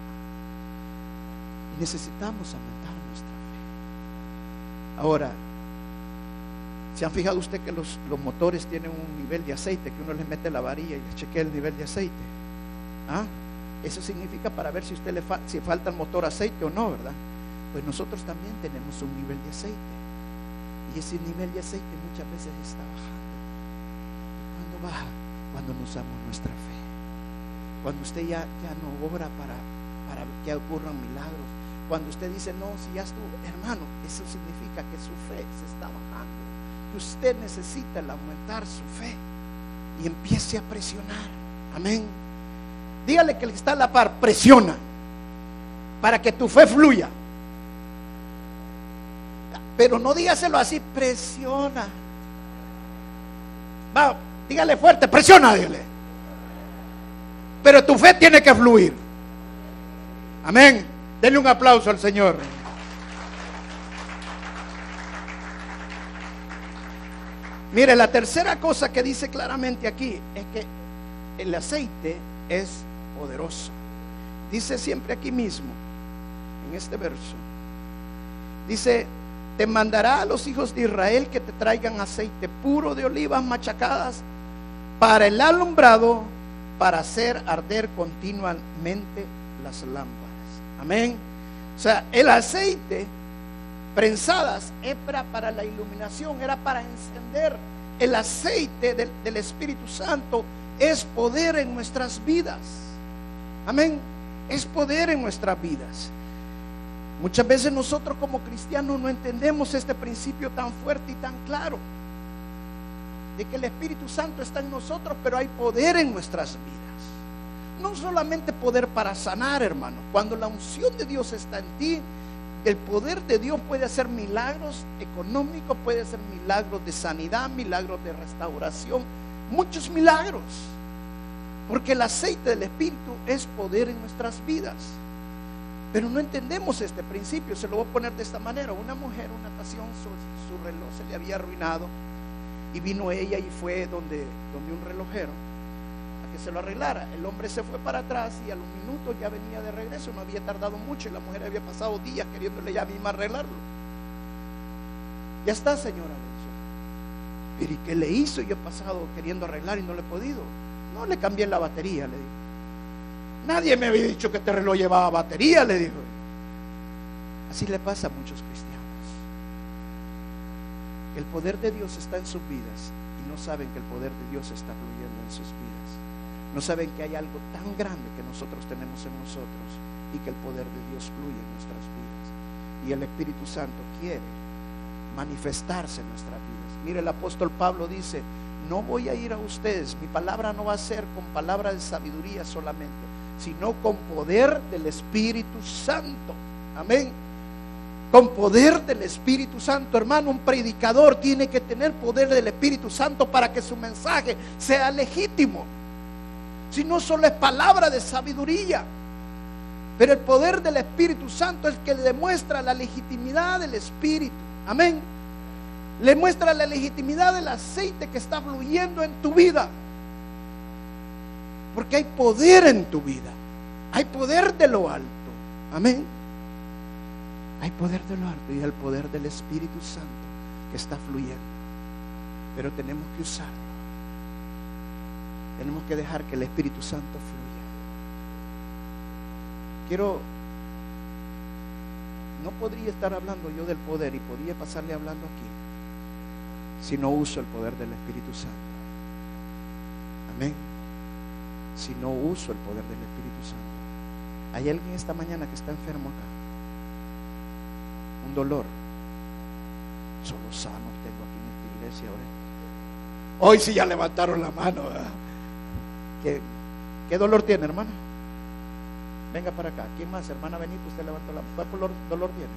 Y necesitamos aumentar nuestra fe. Ahora, ¿se han fijado usted que los motores tienen un nivel de aceite, que uno les mete la varilla y les chequea el nivel de aceite? ¿Ah? Eso significa para ver si usted si falta el motor aceite o no, ¿verdad? Pues nosotros también tenemos un nivel de aceite, y ese nivel de aceite muchas veces está bajando. ¿Cuándo baja? Cuando no usamos nuestra fe. Cuando usted ya no obra para que ocurran milagros. Cuando usted dice: no, si ya estuvo. Hermano, eso significa que su fe se está bajando. Que usted necesita aumentar su fe y empiece a presionar. Amén. Dígale que el que está a la par: presiona para que tu fe fluya. Pero no dígaselo así: presiona. Va, dígale fuerte: presiona, dígale. Pero tu fe tiene que fluir. Amén. Denle un aplauso al Señor. Mire, la tercera cosa que dice claramente aquí es que el aceite es poderoso. Dice siempre aquí mismo, en este verso, dice: te mandará a los hijos de Israel que te traigan aceite puro de olivas machacadas para el alumbrado, para hacer arder continuamente las lámparas. Amén. O sea, el aceite, prensadas, era para la iluminación, era para encender. El aceite del Espíritu Santo es poder en nuestras vidas. Amén. Es poder en nuestras vidas. Muchas veces nosotros como cristianos no entendemos este principio tan fuerte y tan claro, de que el Espíritu Santo está en nosotros, pero hay poder en nuestras vidas. No solamente poder para sanar, hermano. Cuando la unción de Dios está en ti, el poder de Dios puede hacer milagros económicos, puede hacer milagros de sanidad, milagros de restauración, muchos milagros. Porque el aceite del Espíritu es poder en nuestras vidas. Pero no entendemos este principio. Se lo voy a poner de esta manera. Una mujer, una ocasión, su reloj se le había arruinado, y vino ella y fue donde un relojero a que se lo arreglara. El hombre se fue para atrás y a los minutos ya venía de regreso. No había tardado mucho y la mujer había pasado días queriéndole ya misma arreglarlo. Ya está, señora, le dijo. Pero ¿y qué le hizo? Yo he pasado queriendo arreglar y no le he podido. No, le cambié la batería, le dijo. Nadie me había dicho que este reloj llevaba batería, le dijo. Así le pasa a muchos cristianos. El poder de Dios está en sus vidas y no saben que el poder de Dios está fluyendo en sus vidas. No saben que hay algo tan grande que nosotros tenemos en nosotros y que el poder de Dios fluye en nuestras vidas. Y el Espíritu Santo quiere manifestarse en nuestras vidas. Mire, el apóstol Pablo dice: no voy a ir a ustedes, mi palabra no va a ser con palabra de sabiduría solamente, sino con poder del Espíritu Santo. Amén. Con poder del Espíritu Santo, hermano. Un predicador tiene que tener poder del Espíritu Santo para que su mensaje sea legítimo. Si no, solo es palabra de sabiduría. Pero el poder del Espíritu Santo es el que le demuestra la legitimidad del Espíritu. Amén. Le muestra la legitimidad del aceite que está fluyendo en tu vida. Porque hay poder en tu vida. Hay poder de lo alto. Amén. Hay poder de lo alto y el poder del Espíritu Santo que está fluyendo. Pero tenemos que usarlo. Tenemos que dejar que el Espíritu Santo fluya. No podría estar hablando yo del poder y podría pasarle hablando aquí si no uso el poder del Espíritu Santo. Amén. Si no uso el poder del Espíritu Santo. Hay alguien esta mañana que está enfermo acá. Un dolor. Solo sanos tengo aquí en esta iglesia ahora. Hoy sí ya levantaron la mano. ¿Qué dolor tiene, hermana? Venga para acá. ¿Quién más? Hermana Benito, usted levantó la mano. ¿Cuál dolor tiene?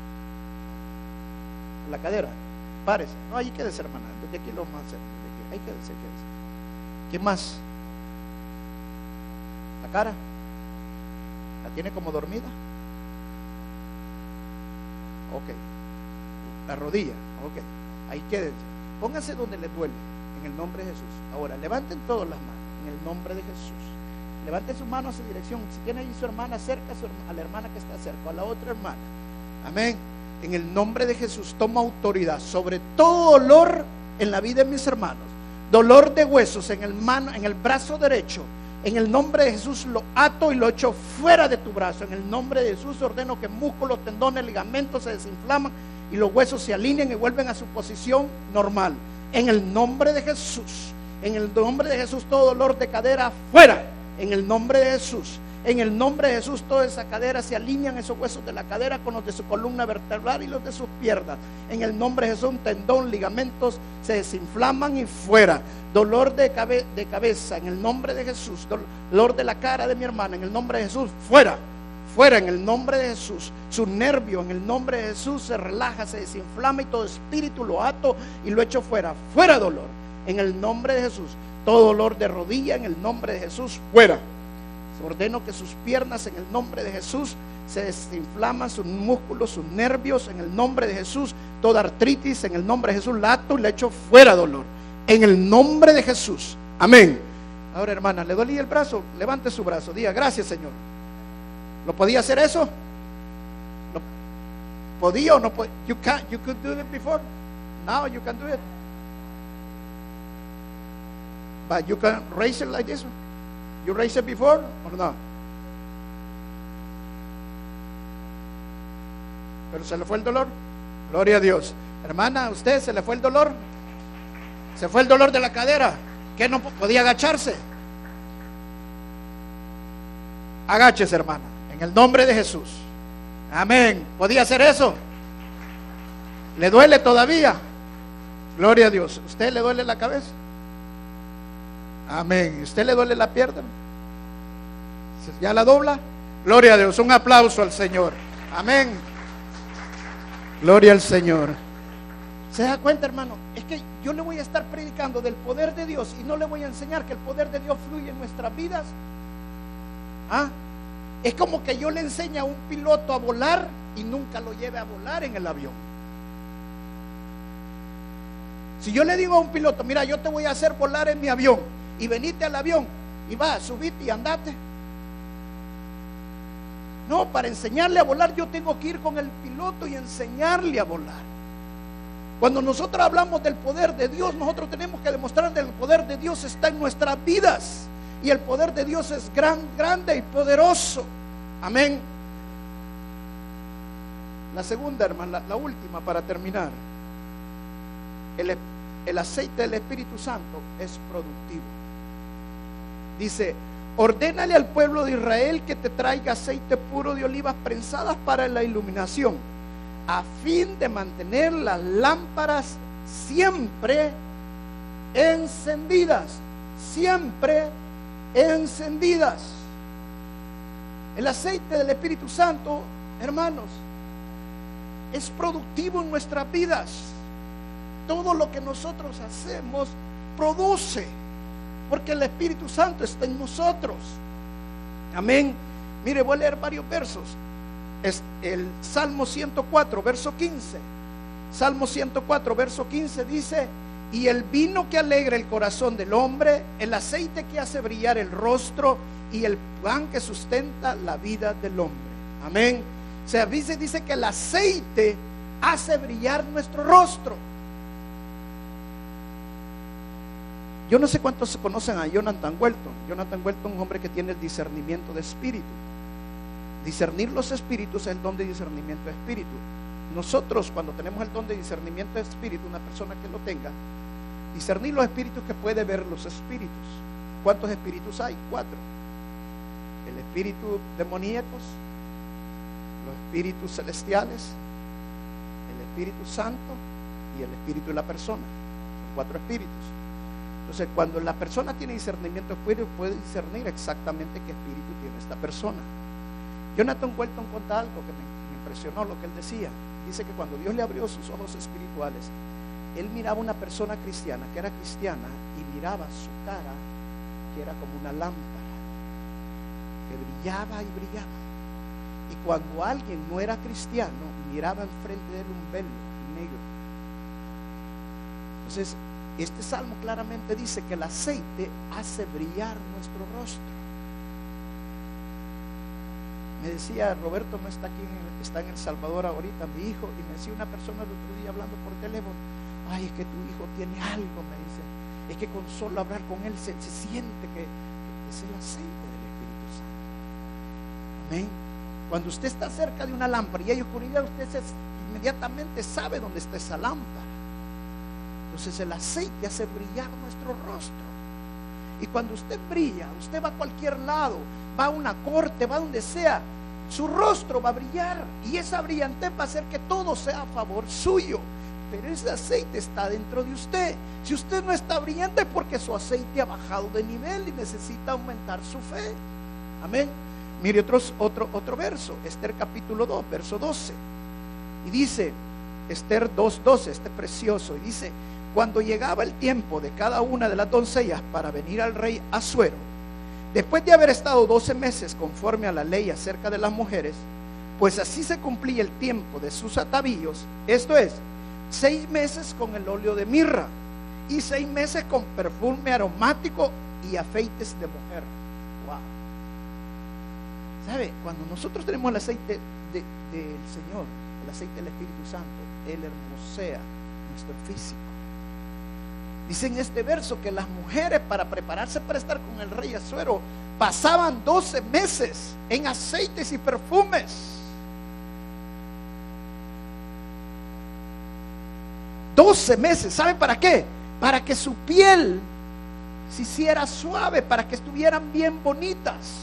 La cadera. Párese. No, ahí quédese, hermana. Desde aquí lo más cerca. Ahí quédese. ¿Quién más? ¿La cara? ¿La tiene como dormida? Ok. La rodilla. Ok. Ahí quédense. Pónganse donde les duele. En el nombre de Jesús. Ahora, levanten todas las manos. En el nombre de Jesús. Levanten sus manos hacia dirección. Si tiene ahí su hermana, acerca a la hermana que está cerca, a la otra hermana. Amén. En el nombre de Jesús, tomo autoridad sobre todo dolor en la vida de mis hermanos. Dolor de huesos en el brazo derecho. En el nombre de Jesús lo ato y lo echo fuera de tu brazo. En el nombre de Jesús ordeno que músculos, tendones, ligamentos se desinflaman y los huesos se alinean y vuelven a su posición normal. En el nombre de Jesús. En el nombre de Jesús, todo dolor de cadera fuera. En el nombre de Jesús. En el nombre de Jesús, toda esa cadera se alinean, esos huesos de la cadera con los de su columna vertebral y los de sus piernas. En el nombre de Jesús, un tendón, ligamentos se desinflaman y fuera. Dolor de cabeza, en el nombre de Jesús. Dolor de la cara de mi hermana, en el nombre de Jesús, fuera. Fuera, en el nombre de Jesús. Su nervio, en el nombre de Jesús, se relaja, se desinflama y todo espíritu lo ato y lo echo fuera. Fuera dolor, en el nombre de Jesús. Todo dolor de rodilla, en el nombre de Jesús, fuera. Ordeno que sus piernas en el nombre de Jesús se desinflaman, sus músculos, sus nervios en el nombre de Jesús. Toda artritis en el nombre de Jesús la ato y le echo fuera dolor en el nombre de Jesús. Amén. Ahora, hermana, ¿le dolía el brazo? Levante su brazo, diga gracias, Señor. ¿Lo podía hacer eso? ¿Lo podía o no podía? You could do it before. Now you can do it. But you can raise it like this one. You raised it before or not? Pero se le fue el dolor. Gloria a Dios. Hermana, ¿a usted se le fue el dolor? Se fue el dolor de la cadera, que no podía agacharse. Agáchese, hermana, en el nombre de Jesús. Amén. ¿Podía hacer eso? ¿Le duele todavía? Gloria a Dios. ¿Usted le duele la cabeza? Amén. ¿Usted le duele la pierna? ¿Ya la dobla? Gloria a Dios. Un aplauso al Señor. Amén. Gloria al Señor. ¿Se da cuenta, hermano? Es que yo le voy a estar predicando del poder de Dios y no le voy a enseñar que el poder de Dios fluye en nuestras vidas. ¿Ah? Es como que yo le enseñe a un piloto a volar y nunca lo lleve a volar en el avión. Si yo le digo a un piloto, mira, yo te voy a hacer volar en mi avión y venite al avión y va, subite y andate. No, para enseñarle a volar yo tengo que ir con el piloto y enseñarle a volar. Cuando nosotros hablamos del poder de Dios, nosotros tenemos que demostrar que el poder de Dios está en nuestras vidas. Y el poder de Dios es grande y poderoso. Amén. La segunda, hermana, la última para terminar. El aceite del Espíritu Santo es productivo. Dice: ordénale al pueblo de Israel que te traiga aceite puro de olivas prensadas para la iluminación, a fin de mantener las lámparas siempre encendidas. Siempre encendidas. El aceite del Espíritu Santo, hermanos, es productivo en nuestras vidas. Todo lo que nosotros hacemos produce, porque el Espíritu Santo está en nosotros. Amén. Mire, voy a leer varios versos. Es el Salmo 104, verso 15. Salmo 104, verso 15 dice: y el vino que alegra el corazón del hombre, el aceite que hace brillar el rostro, y el pan que sustenta la vida del hombre. Amén. O sea, dice que el aceite hace brillar nuestro rostro. Yo no sé cuántos conocen a Jonathan Welton. Jonathan Welton es un hombre que tiene el discernimiento de espíritu. Discernir los espíritus es el don de discernimiento de espíritu. Nosotros, cuando tenemos el don de discernimiento de espíritu, una persona que lo tenga, discernir los espíritus, que puede ver los espíritus. ¿Cuántos espíritus hay? 4. El espíritu demoníacos, los espíritus celestiales, el Espíritu Santo y el espíritu de la persona. Son 4 espíritus. Entonces, cuando la persona tiene discernimiento de espíritu, puede discernir exactamente qué espíritu tiene esta persona. Jonathan Welton cuenta algo que me impresionó lo que él decía. Dice que cuando Dios le abrió sus ojos espirituales, él miraba a una persona cristiana que era cristiana y miraba su cara, que era como una lámpara que brillaba y brillaba. Y cuando alguien no era cristiano, miraba enfrente de él un velo negro. Entonces, este salmo claramente dice que el aceite hace brillar nuestro rostro. Me decía, Roberto no está aquí, está en El Salvador ahorita, mi hijo, y me decía una persona el otro día hablando por teléfono: ay, es que tu hijo tiene algo, me dice, es que con solo hablar con él se siente que es el aceite del Espíritu Santo. Amén. Cuando usted está cerca de una lámpara y hay oscuridad, usted inmediatamente sabe dónde está esa lámpara. Entonces el aceite hace brillar nuestro rostro. Y cuando usted brilla, usted va a cualquier lado, va a una corte, va a donde sea, su rostro va a brillar, y esa brillantez va a hacer que todo sea a favor suyo. Pero ese aceite está dentro de usted. Si usted no está brillante, es porque su aceite ha bajado de nivel y necesita aumentar su fe. Amén. Mire otro verso, Esther capítulo 2, verso 12. Y dice, Esther 2:12, este precioso, y dice: cuando llegaba el tiempo de cada una de las doncellas para venir al rey Asuero, después de haber estado 12 meses conforme a la ley acerca de las mujeres, pues así se cumplía el tiempo de sus atavíos, esto es, 6 meses con el óleo de mirra y 6 meses con perfume aromático y afeites de mujer. Wow. ¿Sabe? Cuando nosotros tenemos el aceite del Señor, el aceite del Espíritu Santo, Él hermosea nuestro físico. Dice en este verso que las mujeres, para prepararse para estar con el rey Asuero, pasaban 12 meses en aceites y perfumes. 12 meses, ¿saben para qué? Para que su piel se hiciera suave, para que estuvieran bien bonitas.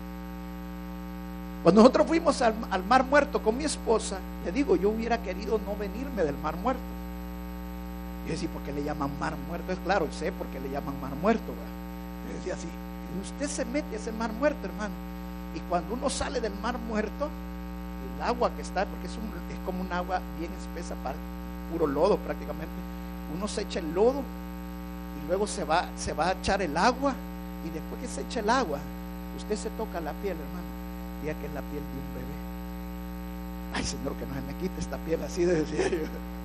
Cuando nosotros fuimos al Mar Muerto con mi esposa, le digo, yo hubiera querido no venirme del Mar Muerto. Yo decía, ¿por qué le llaman Mar Muerto? Es claro, sé por qué le llaman Mar Muerto, ¿verdad? Yo decía así, usted se mete a ese Mar Muerto, hermano, y cuando uno sale del Mar Muerto, el agua que está, porque es como un agua bien espesa, puro lodo prácticamente, uno se echa el lodo y luego se va a echar el agua, y después que se echa el agua, usted se toca la piel, hermano, ya que es la piel de un bebé. Ay, Señor, que no se me quite esta piel así de serio.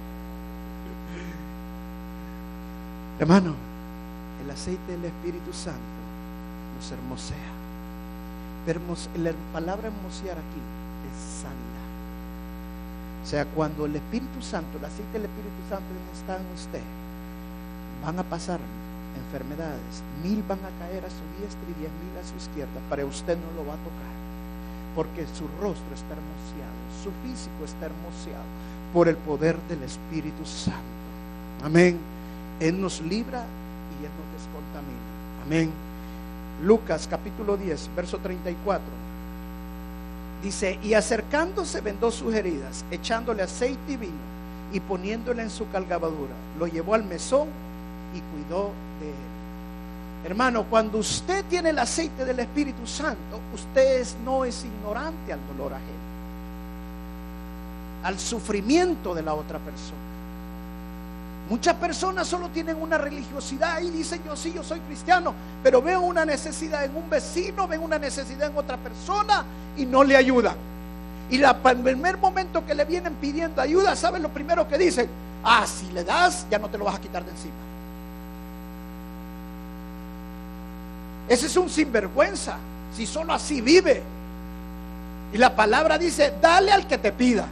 Hermano, el aceite del Espíritu Santo nos hermosea. Pero la palabra hermosear aquí es sanidad. O sea, cuando el Espíritu Santo, el aceite del Espíritu Santo está en usted, van a pasar enfermedades, 1000 van a caer a su diestra y 10,000 a su izquierda, pero usted no lo va a tocar, porque su rostro está hermoseado, su físico está hermoseado por el poder del Espíritu Santo. Amén. Él nos libra y Él nos descontamina. Amén. Lucas capítulo 10, verso 34. Dice, y acercándose vendó sus heridas, echándole aceite y vino, y poniéndole en su cabalgadura, lo llevó al mesón y cuidó de él. Hermano, cuando usted tiene el aceite del Espíritu Santo, usted no es ignorante al dolor ajeno, al sufrimiento de la otra persona. Muchas personas solo tienen una religiosidad y dicen, yo sí, yo soy cristiano, pero veo una necesidad en un vecino, ven una necesidad en otra persona y no le ayudan. Y el primer momento que le vienen pidiendo ayuda, ¿saben lo primero que dicen? Ah, si le das, ya no te lo vas a quitar de encima. Ese es un sinvergüenza, si solo así vive. Y la palabra dice, dale al que te pida.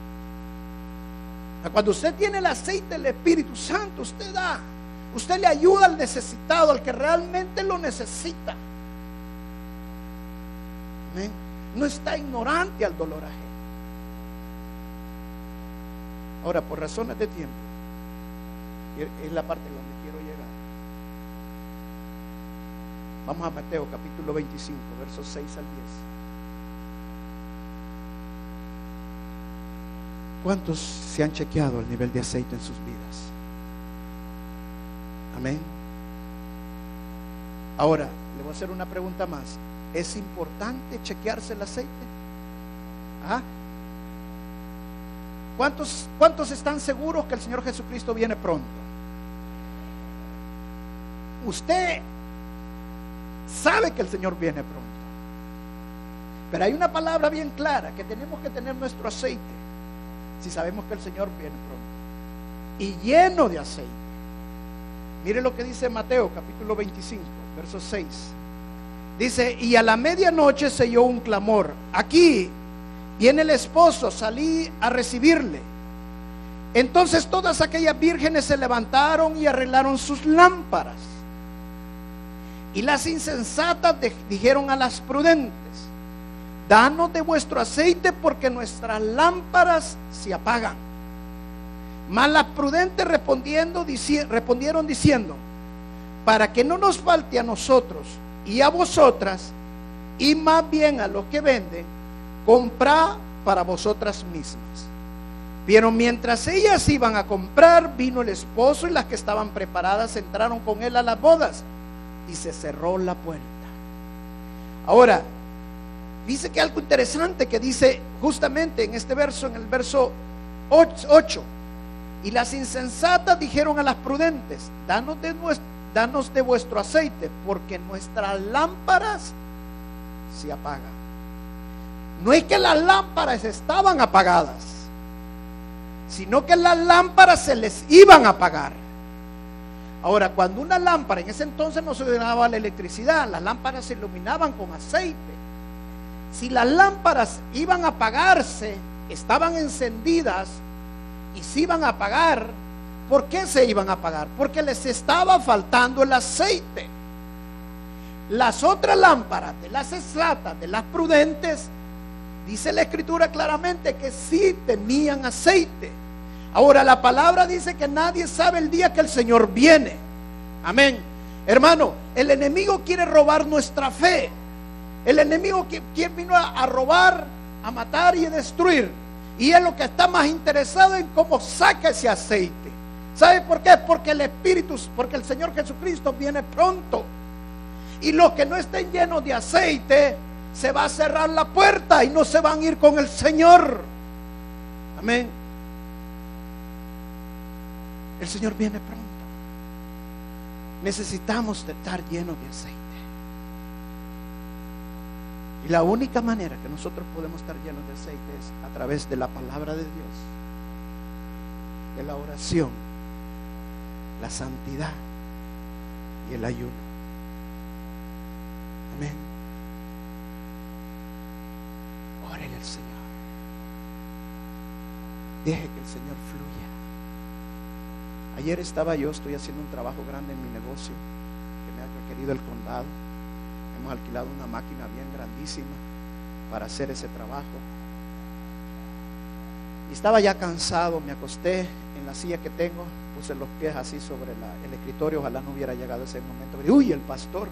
Cuando usted tiene el aceite del Espíritu Santo, usted da, usted le ayuda al necesitado, al que realmente lo necesita. Amén. No está ignorante al dolor ajeno. Ahora, por razones de tiempo, es la parte donde quiero llegar. Vamos a Mateo capítulo 25, versos 6 al 10. ¿Cuántos se han chequeado el nivel de aceite en sus vidas? Amén. Ahora, le voy a hacer una pregunta más. ¿Es importante chequearse el aceite? ¿Ah? ¿Cuántos están seguros que el Señor Jesucristo viene pronto? Usted sabe que el Señor viene pronto, pero hay una palabra bien clara, que tenemos que tener nuestro aceite si sabemos que el Señor viene pronto y lleno de aceite. Mire lo que dice Mateo capítulo 25, verso 6. Dice, y a la medianoche se oyó un clamor, aquí viene el esposo, salí a recibirle. Entonces todas aquellas vírgenes se levantaron y arreglaron sus lámparas. Y las insensatas dijeron a las prudentes, danos de vuestro aceite, porque nuestras lámparas se apagan. Mas las prudentes respondieron diciendo, para que no nos falte a nosotros y a vosotras, y más bien a los que venden, comprad para vosotras mismas. Pero mientras ellas iban a comprar, vino el esposo, y las que estaban preparadas entraron con él a las bodas, y se cerró la puerta. Ahora, dice que algo interesante que dice justamente en este verso, en el verso 8. Y las insensatas dijeron a las prudentes, danos de vuestro aceite, porque nuestras lámparas se apagan. No es que las lámparas estaban apagadas, sino que las lámparas se les iban a apagar. Ahora, cuando una lámpara, en ese entonces no se iluminaba la electricidad, las lámparas se iluminaban con aceite. Si las lámparas iban a apagarse, estaban encendidas y se iban a apagar, ¿por qué se iban a apagar? Porque les estaba faltando el aceite. Las otras lámparas, de las sensatas, de las prudentes, dice la Escritura claramente que sí tenían aceite. Ahora la palabra dice que nadie sabe el día que el Señor viene. Amén. Hermano, el enemigo quiere robar nuestra fe. El enemigo vino a robar, a matar y a destruir. Y es lo que está más interesado en cómo saca ese aceite. ¿Sabe por qué? Porque el Señor Jesucristo viene pronto. Y los que no estén llenos de aceite, se va a cerrar la puerta y no se van a ir con el Señor. Amén. El Señor viene pronto. Necesitamos de estar llenos de aceite. Y la única manera que nosotros podemos estar llenos de aceite es a través de la palabra de Dios, de la oración, la santidad y el ayuno. Amén. Órele al Señor. Deje que el Señor fluya. Ayer estoy haciendo un trabajo grande en mi negocio que me ha requerido el condado. Hemos alquilado una máquina bien grandísima para hacer ese trabajo. Y estaba ya cansado, me acosté en la silla que tengo, puse los pies así sobre el escritorio, ojalá no hubiera llegado ese momento. Pero, uy, el pastor.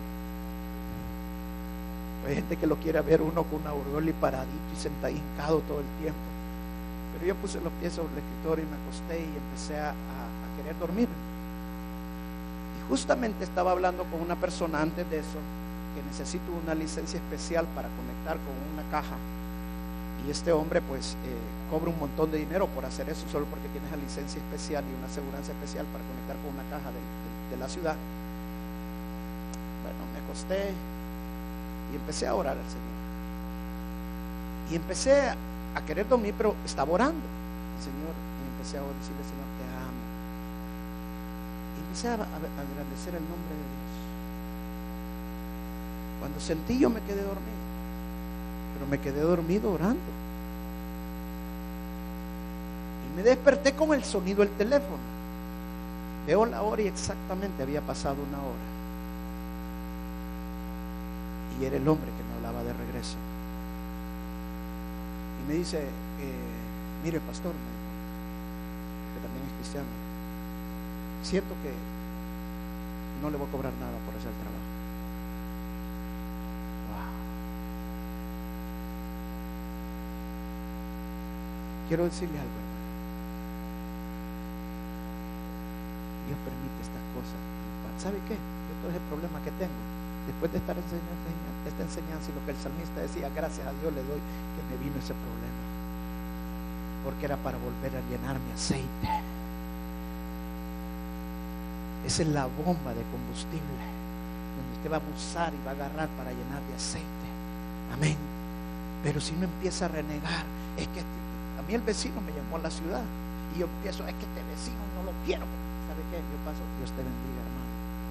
Hay gente que lo quiere ver uno con una aureola y paradito y sentado hincado todo el tiempo. Pero yo puse los pies sobre el escritorio y me acosté y empecé a querer dormir. Y justamente estaba hablando con una persona antes de eso, que necesito una licencia especial para conectar con una caja. Y este hombre pues cobra un montón de dinero por hacer eso, solo porque tiene esa licencia especial y una aseguranza especial para conectar con una caja de la ciudad. Bueno, me acosté y empecé a orar al Señor. Y empecé a querer dormir, pero estaba orando al Señor. Y empecé a decirle: Señor, te amo. Y empecé a agradecer el nombre de Dios. Cuando sentí, yo me quedé dormido. Pero me quedé dormido orando. Y me desperté con el sonido del teléfono. Veo la hora y exactamente había pasado una hora. Y era el hombre que me hablaba de regreso. Y me dice: mire, pastor, que también es cristiano, siento que no le voy a cobrar nada por hacer el trabajo. Wow. Quiero decirle algo, hermano. Dios permite estas cosas. ¿Sabe qué? Esto es el problema que tengo. Después de estar enseñando esta enseñanza y lo que el salmista decía, gracias a Dios le doy que me vino ese problema, porque era para volver a llenar mi aceite. Esa es la bomba de combustible donde usted va a abusar y va a agarrar para llenar de aceite. Amén. Pero si uno empieza a renegar, es que a mí el vecino me llamó a la ciudad y yo empiezo: es que este vecino no lo quiero. ¿Sabe qué? Yo paso: Dios te bendiga, hermano.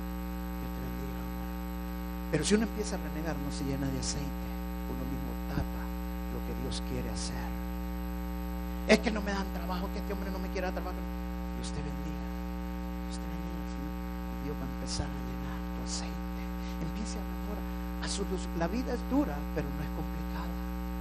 Pero si uno empieza a renegar, no se llena de aceite. Uno mismo tapa lo que Dios quiere hacer. Es que no me dan trabajo, que este hombre no me quiere dar trabajo. Dios te bendiga. Dios te bendiga, Señor. Y Dios va a empezar a llenar tu aceite. Empiece a mejorar. La vida es dura, pero no es complicada.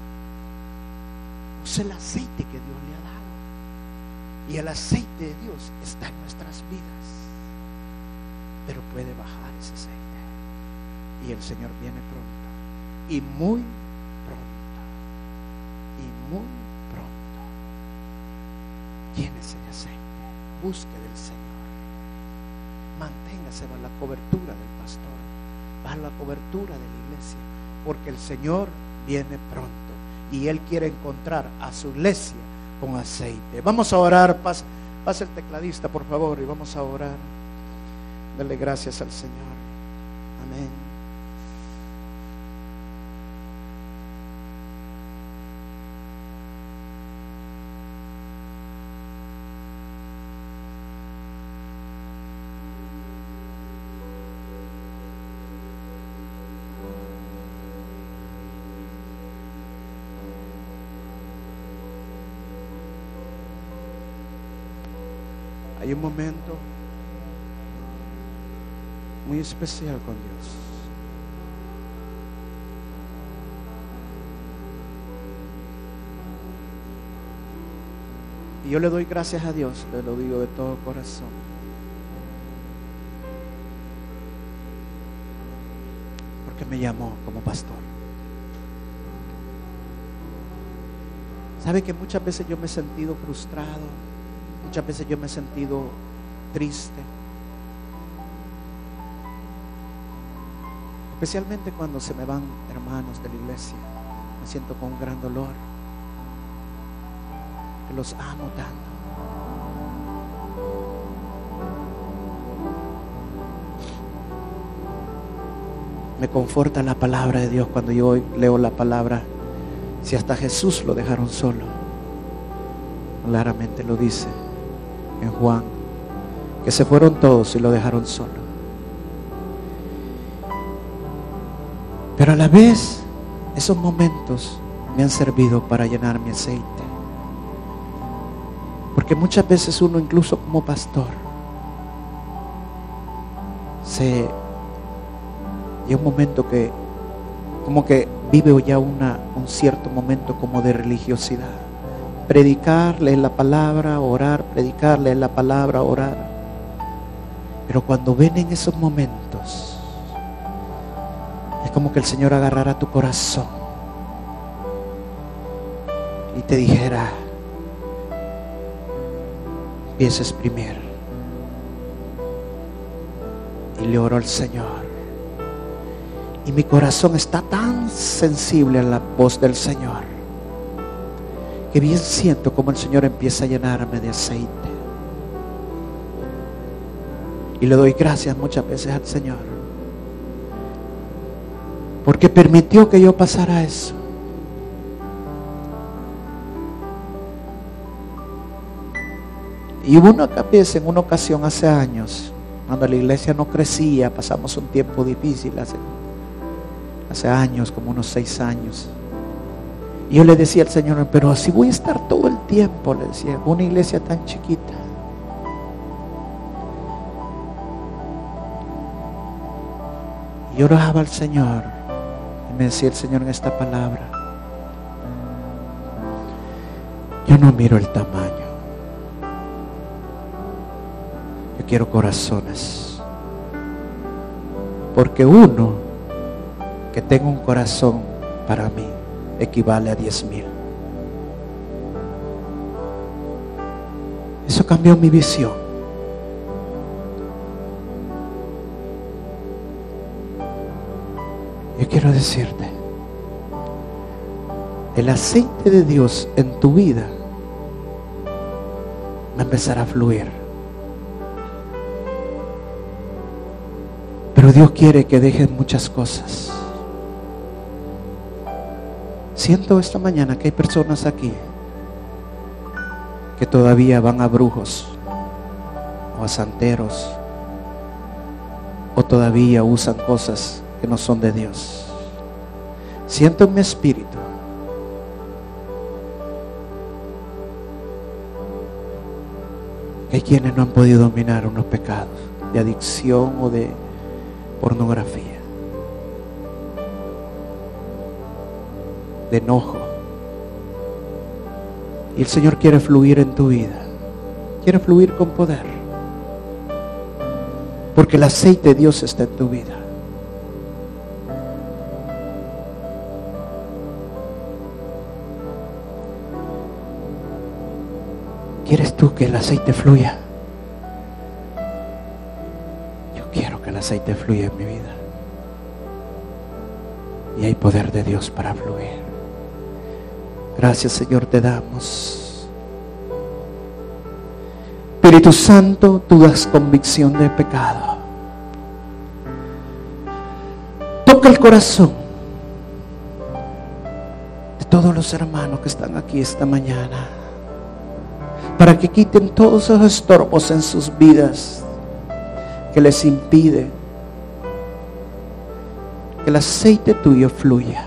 Use el aceite que Dios le ha dado. Y el aceite de Dios está en nuestras vidas. Pero puede bajar ese aceite. Y el Señor viene pronto, y muy pronto, y muy pronto. Llénese de aceite, busque del Señor, manténgase bajo la cobertura del pastor, bajo la cobertura de la iglesia, porque el Señor viene pronto y Él quiere encontrar a su iglesia con aceite. Vamos a orar. Pasa el tecladista, por favor, y vamos a orar. Dale gracias al Señor. Amén. Hay un momento muy especial con Dios. Y yo le doy gracias a Dios, le lo digo de todo corazón. Porque me llamó como pastor. ¿Sabe que muchas veces yo me he sentido frustrado? Muchas veces yo me he sentido triste. Especialmente cuando se me van hermanos de la iglesia. Me siento con un gran dolor. Que los amo tanto. Me conforta la palabra de Dios cuando yo hoy leo la palabra. Si hasta Jesús lo dejaron solo, claramente lo dice en Juan, que se fueron todos y lo dejaron solo. Pero a la vez, esos momentos me han servido para llenar mi aceite. Porque muchas veces uno, incluso como pastor, llega un momento que como que vive ya un cierto momento como de religiosidad. Predicar, leer la palabra, orar, predicar, leer la palabra, orar. Pero cuando ven en esos momentos, es como que el Señor agarrara tu corazón y te dijera, empieza a exprimir. Y le oró al Señor. Y mi corazón está tan sensible a la voz del Señor, que bien siento como el Señor empieza a llenarme de aceite. Y le doy gracias muchas veces al Señor, porque permitió que yo pasara eso. Y hubo una vez, en una ocasión hace años, cuando la iglesia no crecía, pasamos un tiempo difícil hace años, como unos 6 años. Y yo le decía al Señor, pero así voy a estar todo el tiempo, le decía, una iglesia tan chiquita. Y oraba al Señor, y me decía el Señor en esta palabra, yo no miro el tamaño, yo quiero corazones. Porque uno que tenga un corazón para mí equivale a 10,000. Eso cambió mi visión. Yo quiero decirte, el aceite de Dios en tu vida va a empezar a fluir. Pero Dios quiere que dejes muchas cosas. Siento esta mañana que hay personas aquí que todavía van a brujos o a santeros, o todavía usan cosas que no son de Dios. Siento en mi espíritu que hay quienes no han podido dominar unos pecados de adicción o de pornografía, de enojo. Y el Señor quiere fluir en tu vida, quiere fluir con poder, porque el aceite de Dios está en tu vida. ¿Quieres tú que el aceite fluya? Yo quiero que el aceite fluya en mi vida. Y hay poder de Dios para fluir. Gracias, Señor, te damos. Espíritu Santo, tú das convicción de pecado. Toca el corazón de todos los hermanos que están aquí esta mañana, para que quiten todos esos estorbos en sus vidas que les impide que el aceite tuyo fluya.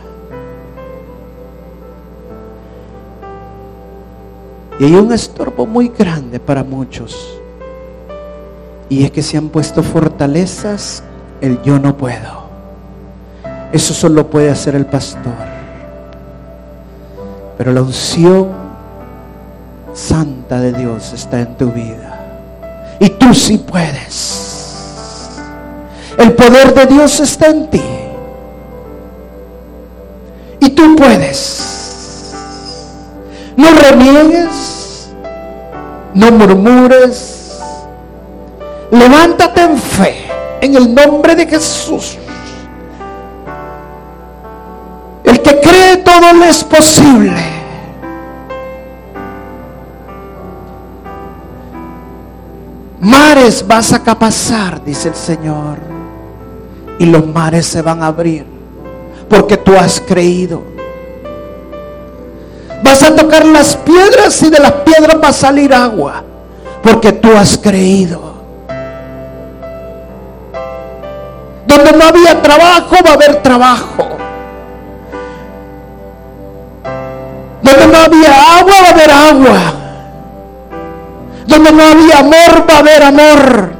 Y hay un estorbo muy grande para muchos, y es que se han puesto fortalezas, el yo no puedo. Eso solo puede hacer el pastor. Pero la unción santa de Dios está en tu vida. Y tú sí puedes. El poder de Dios está en ti. Y tú puedes. No reniegues. No murmures. Levántate en fe. En el nombre de Jesús. El que cree todo le es posible. Mares vas a pasar, dice el Señor, y los mares se van a abrir porque tú has creído. Vas a tocar las piedras y de las piedras va a salir agua porque tú has creído. Donde no había trabajo va a haber trabajo. Donde no había agua va a haber agua. Donde no había amor va a haber amor.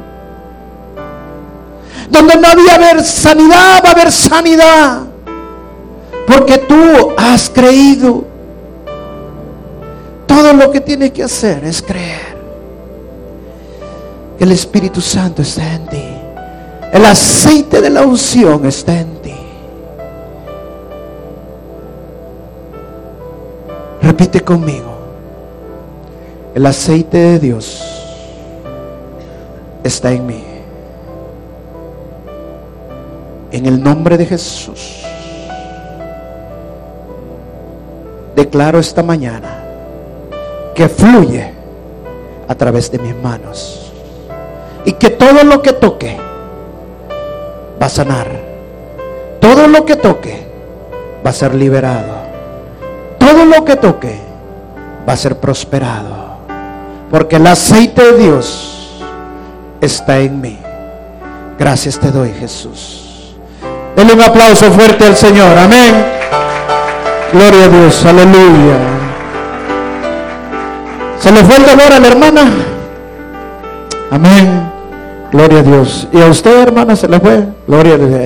Donde no había sanidad va a haber sanidad. Porque tú has creído. Todo lo que tienes que hacer es creer que el Espíritu Santo está en ti. El aceite de la unción está en ti. Repite conmigo. El aceite de Dios está en mí. En el nombre de Jesús, declaro esta mañana que fluye a través de mis manos y que todo lo que toque va a sanar. Todo lo que toque va a ser liberado. Todo lo que toque va a ser prosperado. Porque el aceite de Dios está en mí. Gracias te doy, Jesús. Denle un aplauso fuerte al Señor. Amén. Gloria a Dios. Aleluya. ¿Se le fue el dolor a la hermana? Amén. Gloria a Dios. ¿Y a usted, hermana, se le fue? Gloria a Dios.